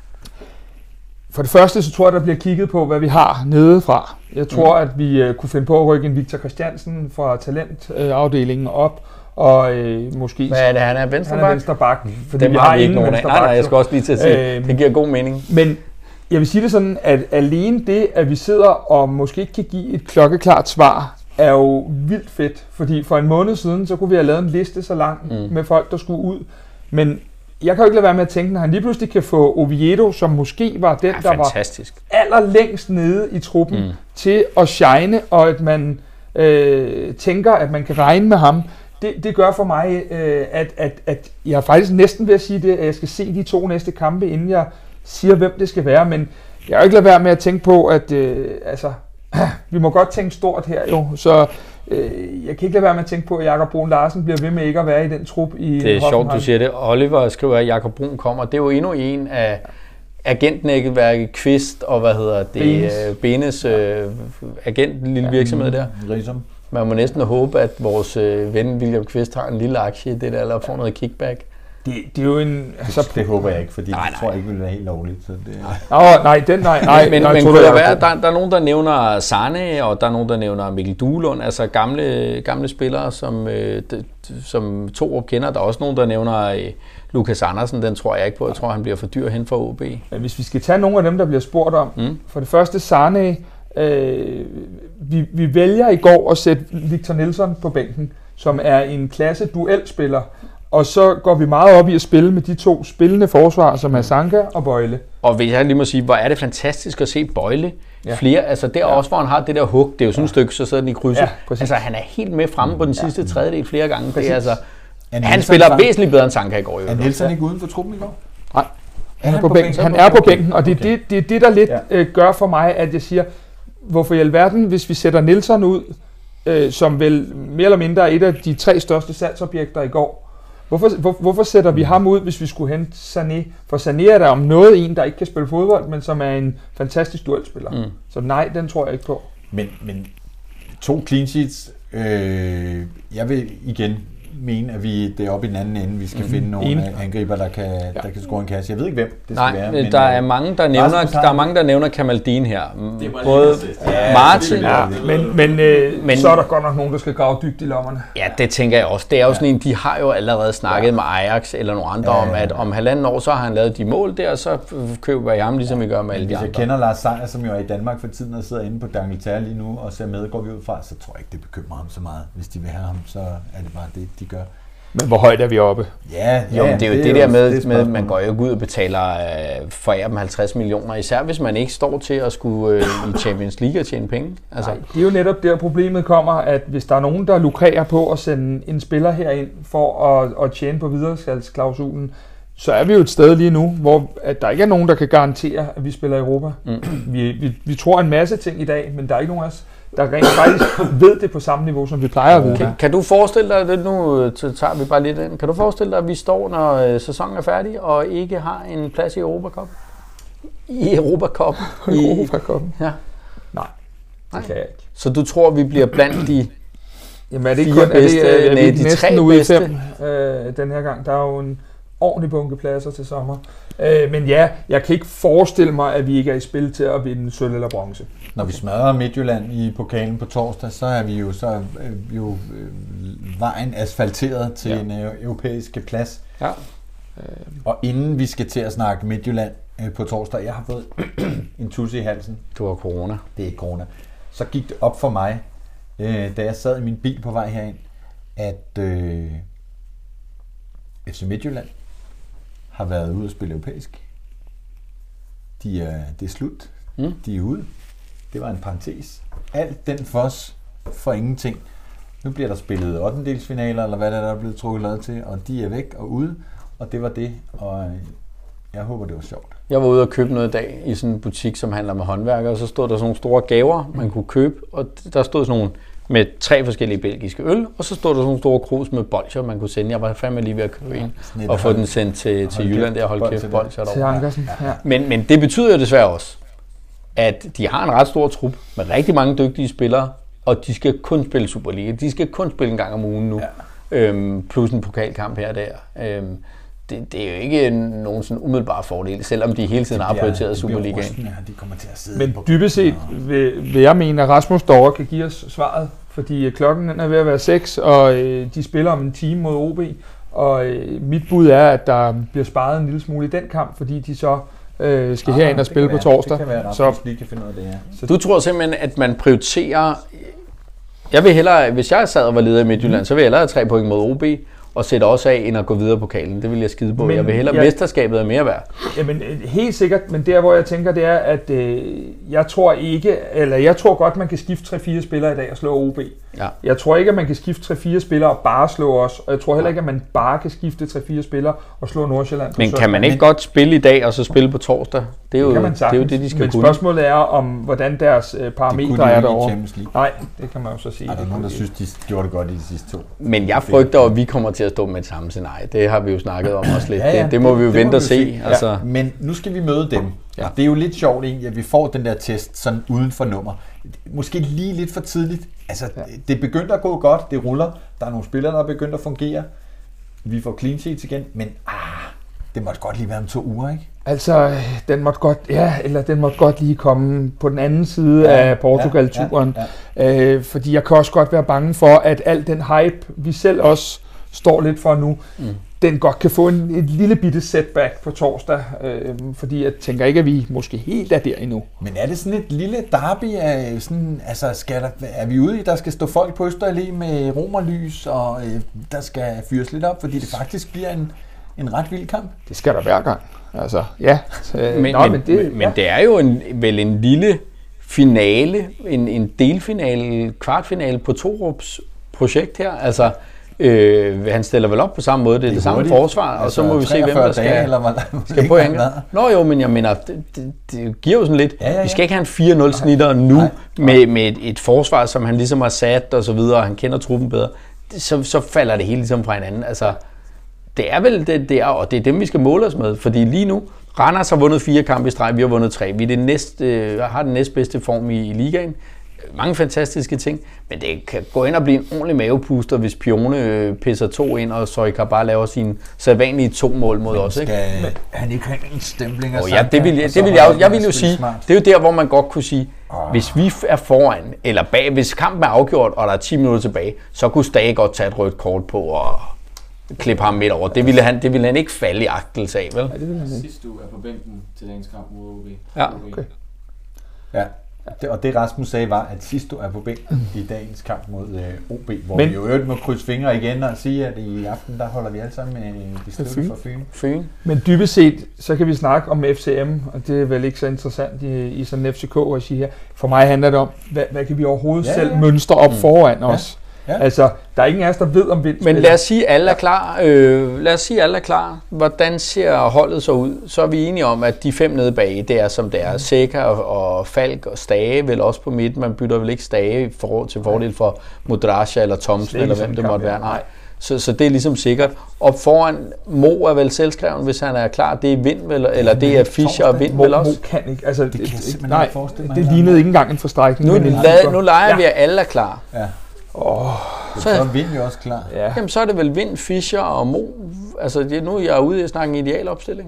For det første, så tror jeg, der bliver kigget på, hvad vi har nedefra. Jeg tror, at vi kunne finde på at rykke en Victor Christiansen fra talentafdelingen op, og måske... Hvad er det, han er venstreback? Han er venstreback, fordi vi har ikke nogen af. Nej, jeg skal også lige til at sige, det giver god mening. Men jeg vil sige det sådan, at alene det, at vi sidder og måske ikke kan give et klokkeklart svar er jo vildt fedt, fordi for en måned siden, så kunne vi have lavet en liste så lang med folk, der skulle ud, men jeg kan jo ikke lade være med at tænke, når han lige pludselig kan få Oviedo, som måske var den, der fantastisk. Var allerlængst nede i truppen, til at shine, og at man tænker, at man kan regne med ham. Det gør for mig, at jeg er faktisk næsten ved at sige det, at jeg skal se de 2 næste kampe, inden jeg siger, hvem det skal være, men jeg kan ikke lade være med at tænke på, at vi må godt tænke stort her jo, så jeg kan ikke lade være med at tænke på, at Jakob Bruun Larsen bliver ved med ikke at være i den trup i Hoffenheim. Det er sjovt, du siger det. Oliver skriver, at Jakob Bruun kommer. Det er jo endnu en af agentnetværket Kvist og Benes agent, lille virksomhed der. Risom. Man må næsten håbe, at vores ven William Kvist har en lille aktie i det der, eller får noget kickback. Det er jo en... Altså, det håber jeg ikke, fordi det tror jeg ikke vil være helt lovligt. Så det... Nej. Men kunne der være, der er nogen, der nævner Sarne, og der er nogen, der nævner Mikkel Duelund, altså gamle spillere, som Torup kender. Der er også nogen, der nævner Lukas Andersen, den tror jeg ikke på. Jeg tror, han bliver for dyr hen for OB. Men hvis vi skal tage nogle af dem, der bliver spurgt om, for det første Sarne, vi vælger i går at sætte Victor Nilsson på bænken, som er en klasse duelspiller. Og så går vi meget op i at spille med de 2 spillende forsvar, som er Sanka og Bøjle. Og hvis jeg lige må sige, hvor er det fantastisk at se Bøjle flere. Altså der også, hvor han har det der hug, det er jo sådan et stykke, så sidder den i krydset. Ja, altså han er helt med fremme på den sidste tredjedel flere gange. Det er altså, han spiller væsentligt bedre end Sanka i går. Er Nielsen ikke uden for truppen i går? Nej, han er på bænken. Han er på bænken, og det er det, der lidt gør for mig, at jeg siger, hvorfor i alverden, hvis vi sætter Nielsen ud, som vel mere eller mindre er et af de 3 største salgsobjekter i går, hvorfor sætter vi ham ud, hvis vi skulle hente Sané? For Sané er der om noget en, der ikke kan spille fodbold, men som er en fantastisk duelspiller. Så nej, den tror jeg ikke på. Men 2 clean sheets. Jeg vil igen mene, at det er oppe i den anden ende. Vi skal finde nogle angriber, der kan score en kasse. Jeg ved ikke, hvem det skal være. Men der er mange, der nævner Kamaldin her. Både Martin. Men så er der godt nok nogen, der skal grave dybt i lommerne. Ja, det tænker jeg også. Det er jo sådan en, de har jo allerede snakket med Ajax eller nogle andre om, at om 1,5 år, så har han lavet de mål der, så køber jeg ham, ligesom vi gør med alle de andre. Hvis jeg kender Lars Seier, som jo er i Danmark for tiden og sidder inde på D'Angleterre lige nu og ser med, går vi ud fra, så tror jeg ikke, det bekymrer ham så meget. Hvis de vil have ham, så er det bare det, de gør. Men hvor højt er vi oppe? Ja, det er jo det der med, man går jo ikke ud og betaler for dem 50 millioner, især hvis man ikke står til at skulle i Champions League og tjene penge. Altså. Nej, det er jo netop der problemet kommer, at hvis der er nogen, der lukrerer på at sende en spiller herind for at tjene på videresalgsklausulen, så er vi jo et sted lige nu, hvor at der ikke er nogen, der kan garantere, at vi spiller i Europa. Vi tror en masse ting i dag, men der er ikke nogen af os, der rent faktisk ved det på samme niveau, som vi plejer at vide. Kan du forestille dig, det nu tager vi bare lidt ind, kan du forestille dig, at vi står, når sæsonen er færdig, og ikke har en plads i Europacup? I Europacup? Europacuppen? Ja. Nej, det kan jeg ikke. Så du tror, vi bliver blandt de Jamen er det ikke kun, de 3 bedste? Den her gang, der er jo en ordentlig bunke pladser til sommer. Men ja, jeg kan ikke forestille mig, at vi ikke er i spil til at vinde sølv eller bronze. Når vi smadrer Midtjylland i pokalen på torsdag, så er vi jo vejen asfalteret til en europæisk plads. Ja. Og inden vi skal til at snakke Midtjylland på torsdag, jeg har fået en tusse i halsen. Du har corona. Det er ikke corona. Så gik det op for mig, da jeg sad i min bil på vej herind, at FC Midtjylland har været ude at spille europæisk. Det er slut. De er ude. Det var en parentes. Alt den fos for ingenting. Nu bliver der spillet 8-delsfinaler, eller hvad der er blevet trukket lod til, og de er væk og ude, og det var det, og jeg håber, det var sjovt. Jeg var ude og købe noget i dag i sådan en butik, som handler med håndværkere, og så stod der sådan nogle store gaver, man kunne købe, og der stod sådan nogle med 3 forskellige belgiske øl, og så stod der sådan nogle store krus med bolcher, man kunne sende. Jeg var fandme lige ved at købe en, og få den sendt til Jylland, der og holde kæft bolcher til Ankersen. Ja. Men det betyder jo desværre også, at de har en ret stor trup med rigtig mange dygtige spillere, og de skal kun spille Superliga. De skal kun spille en gang om ugen nu, plus en pokalkamp her og der. Det er jo ikke nogen sådan umiddelbar fordel, selvom de hele tiden har prioriteret Superligaen. Men dybest set vil jeg mene, at Rasmus Dorre kan give os svaret, fordi klokken er ved at være 6, og de spiller om en time mod OB, og mit bud er, at der bliver sparet en lille smule i den kamp, fordi de så skal herind og spille på torsdag. Det kan være, at Rasmus lige kan finde ud af det, ja. Så du tror simpelthen, at man prioriterer Jeg vil hellere, hvis jeg sad og var leder i Midtjylland, så vil jeg hellere have 3 point mod OB, og sætte også af, end at gå videre på pokalen. Det vil jeg skide på. Jeg vil hellere, mesterskabet er mere værd. Jamen, helt sikkert, men der, hvor jeg tænker, det er, at jeg tror godt, man kan skifte 3-4 spillere i dag og slå OB. Ja. Jeg tror ikke, at man kan skifte 3-4 spillere og bare slå os, og jeg tror heller ikke, at man bare kan skifte 3-4 spillere og slå Nordsjælland. Men kan man ikke godt spille i dag, og så spille på torsdag? Det er jo det, de skal kunne. Men spørgsmålet er, om hvordan deres parametre er derovre. Nej, det kan man jo så sige. Er der nogen, der synes, de gjorde det godt i de sidste 2? Men jeg frygter, at vi kommer til at stå med et samme scenarie. Det har vi jo snakket om også lidt. Ja, det må vi jo vente og se. Altså. Ja. Men nu skal vi møde dem. Ja. Det er jo lidt sjovt egentlig, at vi får den der test sådan uden for nummer. Måske lige lidt for tidligt. Altså, det begyndte at gå godt. Det ruller. Der er nogle spillere, der er begyndt at fungere. Vi får clean sheets igen. Men det måtte godt lige være om 2 uger, ikke? Altså, den måtte godt lige komme på den anden side af Portugal-turen. Fordi jeg kan også godt være bange for, at al den hype, vi selv også står lidt for nu, den godt kan få et lille bitte setback på torsdag, fordi jeg tænker ikke, at vi måske helt er der endnu. Men er det sådan et lille derby af sådan, altså er vi ude i, der skal stå folk på Østerallé med romerlys, og der skal fyres lidt op, fordi det faktisk bliver en ret vild kamp? Det skal der hver gang. Altså, ja. Men det er jo vel en lille finale, en delfinale, kvartfinale på Torups projekt her, altså. Han stiller vel op på samme måde, det er det samme forsvar, og så må vi se, hvem der skal på hænger. Nå jo, men jeg mener, det giver jo sådan lidt, vi skal ikke have en 4-0 snitter nu, med et forsvar, som han ligesom har sat og så videre, og han kender truppen bedre, så falder det hele ligesom fra hinanden. Altså, det er vel det der, og det er dem, vi skal måle os med, fordi lige nu, Randers har vundet 4 kampe i streg, vi har vundet 3, vi har den næstbedste form i ligaen. Mange fantastiske ting, men det kan gå ind og blive en ordentlig mavepuster, hvis Pione pisser 2 ind, og Soika bare laver sine sædvanlige 2 mål mod os. Ikke? Men han ikke have en stempling af jeg vil jo sige, det er jo der, hvor man godt kunne sige, hvis vi er foran, eller bag, hvis kampen er afgjort, og der er 10 minutter tilbage, så kunne Stage godt tage et rødt kort på og klippe ham midt over. Det ville han ikke falde i agtelse af, vel? Sidste uge er på bænken til dagens kamp mod OB. Ja, okay. Ja. Og det Rasmus sagde var, at Sisto er på bænken i dagens kamp mod OB, hvor vi jo øvrigt må krydse fingre igen og sige, at i aften der holder vi alle sammen med bestilling for Fyn. Men dybest set, så kan vi snakke om FCM, og det er vel ikke så interessant i sådan en FCK-regi her. For mig handler det om, hvad kan vi overhovedet selv mønstre op foran os? Ja. Altså, der er ingen af os, der ved om vindspiller. Men lad os sige, alle er klar. Hvordan ser holdet så ud? Så er vi enige om, at de 5 nede bag, det er som det er. Seca og Falk og Stage vel også på midten. Man bytter vel ikke Stage til fordel for Mudrasja eller Thomsen, eller hvem det måtte være. Nej. Så det er ligesom sikkert. Og foran Mo er vel selvskreven, hvis han er klar. Det er Vind vel, eller det er Fischer og Vind vel også? Mo kan ikke. Altså, det kan simpelthen ikke forestille mig. Det lignede ikke engang en forstrækning. Nu leger vi, at alle er klar. Ja. Så er Vind jo også klar. Ja. Jamen, så er det vel Vind, Fischer og Mo. Altså, nu er jeg ude i at snakke en idealopstilling.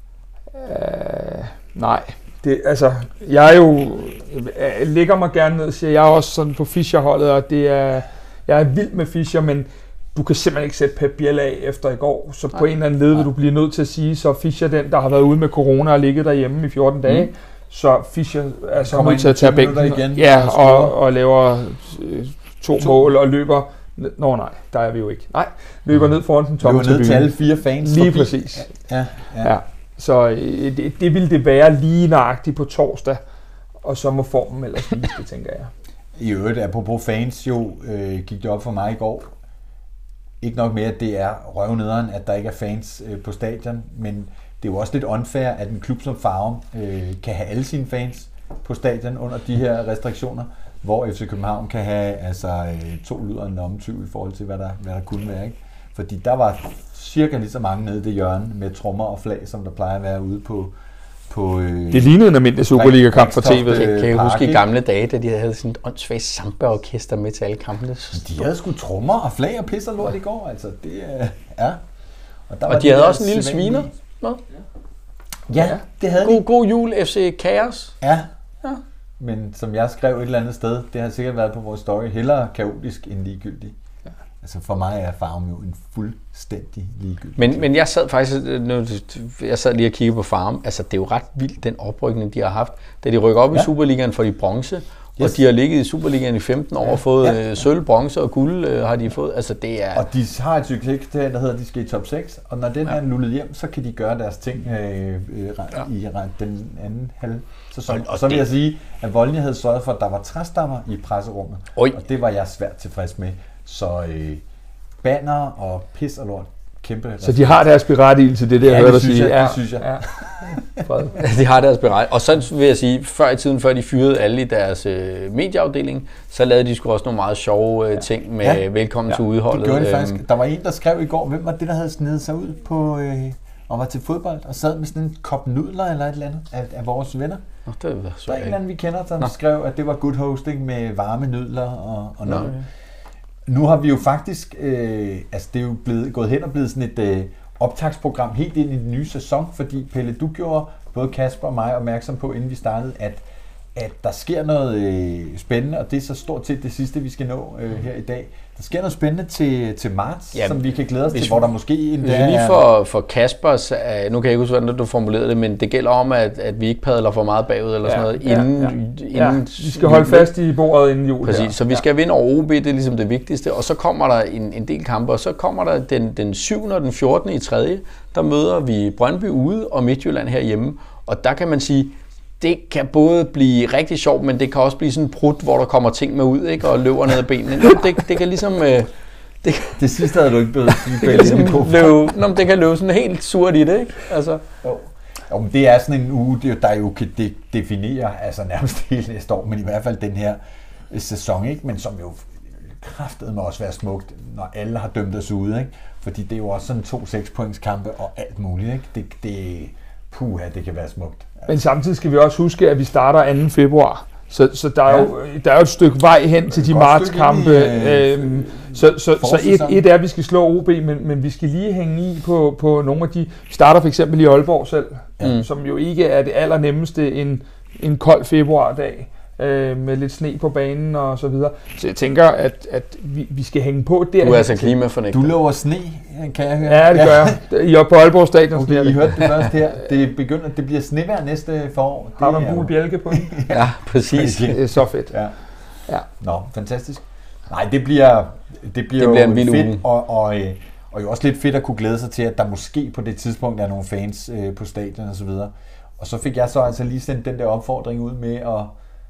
Nej. Jeg lægger mig gerne ned og siger, jeg er også sådan på Fischer-holdet, og jeg er vild med Fischer, men du kan simpelthen ikke sætte Pep Biel af efter i går. Så på en eller anden led vil du blive nødt til at sige, så Fischer den, der har været ude med corona og ligget derhjemme i 14 dage, så Fischer er så nødt til at tage bænken og laver 2 mål og løber. Nå nej, der er vi jo ikke. Nej, løber ned foran den tomme tribune. Løber ned til alle 4 fans. Lige præcis. Ja. Så det ville det være lige nøjagtigt på torsdag, og så må formen ellers vise det, tænker jeg. I øvrigt, apropos fans, gik det op for mig i går. Ikke nok med, at det er røvnederen, at der ikke er fans på stadion, men det er jo også lidt unfair, at en klub som Farum kan have alle sine fans på stadion under de her restriktioner, hvor FC København kan have 2 lyder en omtyv i forhold til, hvad der kunne være. Ikke? Fordi der var cirka lige så mange nede i det hjørne med trommer og flag, som der plejer at være ude på det lignede en almindelig Superliga-kamp for TV. Kan jeg huske i gamle dage, da de havde sådan et åndssvagt samba-orkester med til alle kampene? De havde sgu trommer og flag og pisser lort i går, altså. Det ja. Og de havde også en lille sviner. Ja, det havde de. God jul, FC Kaos. Ja. Men som jeg skrev et eller andet sted, det har sikkert været på vores story, hellere kaotisk end ligegyldig. Ja. Altså for mig er Farum jo en fuldstændig ligegyldig. Men jeg sad faktisk, lige og kiggede på Farum. Altså det er jo ret vildt, den oprykning, de har haft. Da de rykker op i Superligaen for de bronze, Og de har ligget i Superligaen i 15 år og fået sølv, bronze og guld har de fået. Altså det er... Og de har et succes, der hedder, at de skal i top 6, og når den er lullet hjem, så kan de gøre deres ting i den anden halv sæson. Og så vil jeg sige, at Volnje havde sørget for, at der var træstammer i presserummet, og det var jeg svært tilfreds med. Så banner og pis og lort. Kæmpe. Så de har deres berettigelse, det der, jeg hørte dig sige. Det synes jeg. De har deres berettigelse. Og så vil jeg sige, før i tiden, før de fyrede alle i deres medieafdeling, så lavede de sgu også nogle meget sjove ting med velkommen til udholdet. Det gjorde de faktisk. Der var en, der skrev i går, hvem var det, der havde snedet sig ud på og var til fodbold og sad med sådan en kop nudler eller et eller andet af vores venner. Der er en eller anden, vi kender, der skrev, at det var good hosting med varme nudler og noget. Nu har vi jo faktisk, det er jo gået hen og blevet sådan et optagsprogram helt ind i den nye sæson, fordi Pelle, du gjorde både Kasper og mig opmærksom på, inden vi startede, at der sker noget spændende, og det er så stort set det sidste, vi skal nå her i dag. Der sker noget spændende til marts, som vi kan glæde os til, hvor der måske endda er... Lige for Kaspers, nu kan jeg ikke huske, hvordan du formulerede det, men det gælder om, at vi ikke padler for meget bagud eller sådan noget, inden vi skal holde fast i bordet inden jul. Præcis, så vi skal vinde over OB, det er ligesom det vigtigste, og så kommer der en del kampe, og så kommer der den 7. og den 14. i 3. Der møder vi Brøndby ude og Midtjylland herhjemme, og der kan man sige, det kan både blive rigtig sjovt, men det kan også blive sådan en prut, hvor der kommer ting med ud, ikke, og løber ned ad benene. Det kan ligesom... Det sidste havde du ikke blevet det kan løbe sådan helt surt i det, ikke? Altså. Jo, men det er sådan en uge, der jo kan definere nærmest hele næste år, men i hvert fald den her sæson, ikke? Men som jo kraftedeme også være smukt, når alle har dømt os ude, ikke? Fordi det er jo også sådan 2 6-pointskampe og alt muligt, ikke? Det kan være smukt. Men samtidig skal vi også huske, at vi starter 2. februar. Så der er jo et stykke vej hen til de martskampe. Så et er, at vi skal slå OB, men vi skal lige hænge i på nogle af de... Vi starter for eksempel i Aalborg selv, som jo ikke er det allernemmeste en kold februardag. Med lidt sne på banen og så videre. Så jeg tænker, at vi skal hænge på der. Du er altså klimafornægter. Du lover sne, kan jeg høre. Ja, det gør jeg. I er på Aalborg Stadion. Okay, I hørte det først her. Det bliver snevejr næste forår. Har du en gul bjælke på den? Ja, præcis. Det er så fedt. Ja. Nå, fantastisk. Nej, det bliver jo en vild fedt, og jo også lidt fedt at kunne glæde sig til, at der måske på det tidspunkt er nogle fans på stadion og så videre. Og så fik jeg så altså lige sendt den der opfordring ud med at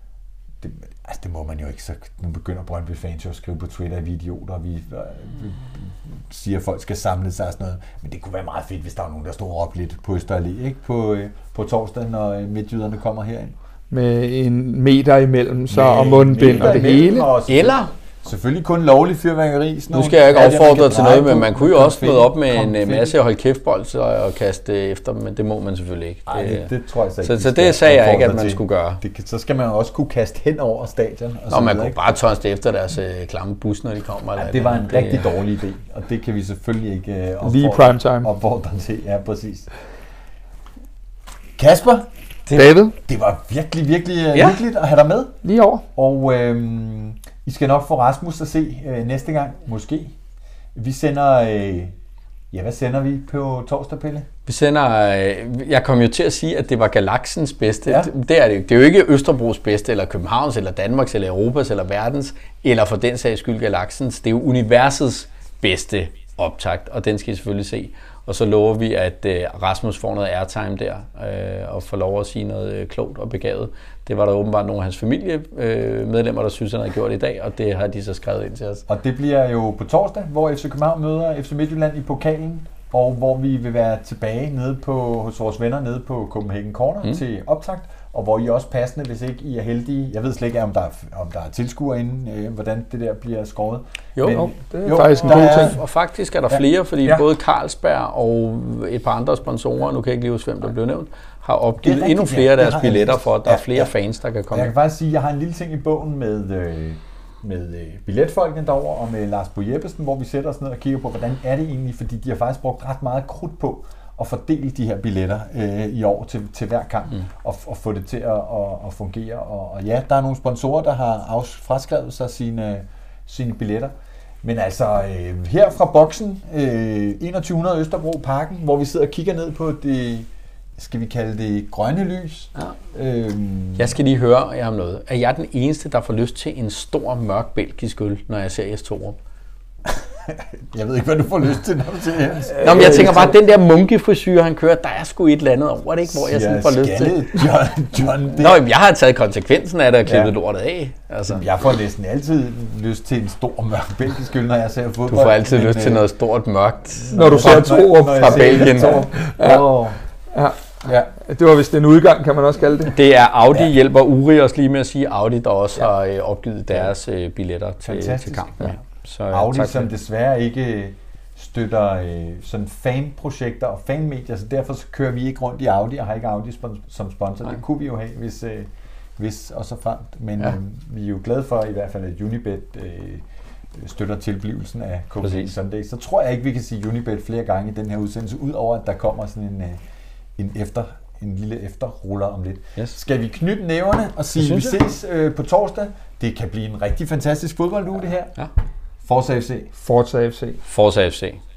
det må man jo ikke, så nu begynder Brøndby-fans jo at skrive på Twitter, at vi er idioter, og vi siger, at folk skal samle sig og sådan noget. Men det kunne være meget fedt, hvis der var nogen, der stod op lidt på Østerallé, ikke? På torsdag, når midtjyderne kommer herind. Med en meter imellem, så og mundbind og det hele. Eller? Selvfølgelig kun lovlig fyrværkeri. Nu skal jeg ikke opfordre til noget, men man kunne jo også møde op med en masse hold kæftbold og kaste efter dem, men det må man selvfølgelig ikke. Det tror jeg så ikke. Så det sagde jeg ikke, at man skulle gøre. Så skal man også kunne kaste hen over stadion. Og man kunne bare tørste efter deres klamme bus, når de kommer. Det var en rigtig dårlig idé, og det kan vi selvfølgelig ikke opfordre til. Ja, præcis. Kasper? David? Det var virkelig, virkelig hyggeligt at have dig med. Lige over. Og I skal nok få Rasmus at se næste gang, måske. Vi sender... hvad sender vi på torsdag, Pelle? Vi sender... jeg kom jo til at sige, at det var galaksens bedste. Ja. Det er det jo. Det er jo ikke Østerbros bedste, eller Københavns, eller Danmarks, eller Europas, eller verdens, eller for den sags skyld galaksens. Det er jo universets bedste optakt, og den skal I selvfølgelig se. Og så lover vi, at Rasmus får noget airtime der, og får lov at sige noget klogt og begavet. Det var der åbenbart nogle af hans familiemedlemmer, der synes, han havde gjort i dag, og det har de så skrevet ind til os. Og det bliver jo på torsdag, hvor FC København møder FC Midtjylland i pokalen, og hvor vi vil være tilbage hos vores venner nede på Copenhagen Corner til optakt, og hvor I er også passende, hvis ikke I er heldige. Jeg ved slet ikke, om der er tilskuere inden, hvordan det der bliver skåret. Jo, det er faktisk en god ting. Og faktisk er der flere, fordi både Carlsberg og et par andre sponsorer, nu kan jeg ikke lige huske, hvem der blev nævnt, har opgivet endnu flere af deres billetter for, at der er flere fans, der kan komme. Jeg kan faktisk sige, at jeg har en lille ting i bogen med billetfolkene derovre og med Lars Bo Jeppesen, hvor vi sætter os ned og kigger på, hvordan er det egentlig, fordi de har faktisk brugt ret meget krudt på at fordele de her billetter i år til hver kamp og få det til at fungere. Og ja, der er nogle sponsorer, der har fraskrevet sig sine billetter. Men altså her fra boksen, 2100 Østerbro Parken, hvor vi sidder og kigger ned på skal vi kalde det grønne lys. Ja. Jeg skal lige høre jer om noget. Er jeg den eneste, der får lyst til en stor, mørk belgisk øl, når jeg ser S2'rum? Jeg ved ikke, hvad du får lyst til, når du ser Jens. Nå, men jeg tænker bare, den der munkefrisyre, han kører, der er sgu et eller andet over det, ikke? Hvor jeg sådan får lyst til. John, Nå, jeg har taget konsekvensen af det og klippet lortet af. Altså. Jeg får næsten altid lyst til en stor, mørk belgisk øl, når jeg ser fodbold. Du får altid lyst til noget stort, mørkt. Når du ser Torup fra Belgien. Ja. Det var vist en udgang, kan man også kalde det. Det er Audi, hjælper Uri også lige med at sige, Audi, der også har opgivet deres billetter til kampen. Ja. Så, Audi, som desværre ikke støtter sådan fanprojekter og fanmedier, så derfor så kører vi ikke rundt i Audi og har ikke Audi som sponsor. Nej. Det kunne vi jo have, hvis og så fremt. Men vi er jo glade for i hvert fald, at Unibet støtter tilblivelsen af KBC Sunday. Så tror jeg ikke, vi kan sige Unibet flere gange i den her udsendelse, udover at der kommer sådan en lille efterruller om lidt. Yes. Skal vi knytte næverne og sige, vi ses på torsdag? Det kan blive en rigtig fantastisk fodbolduge, det her. Ja. Forza FC. Forza FC. Forza FC.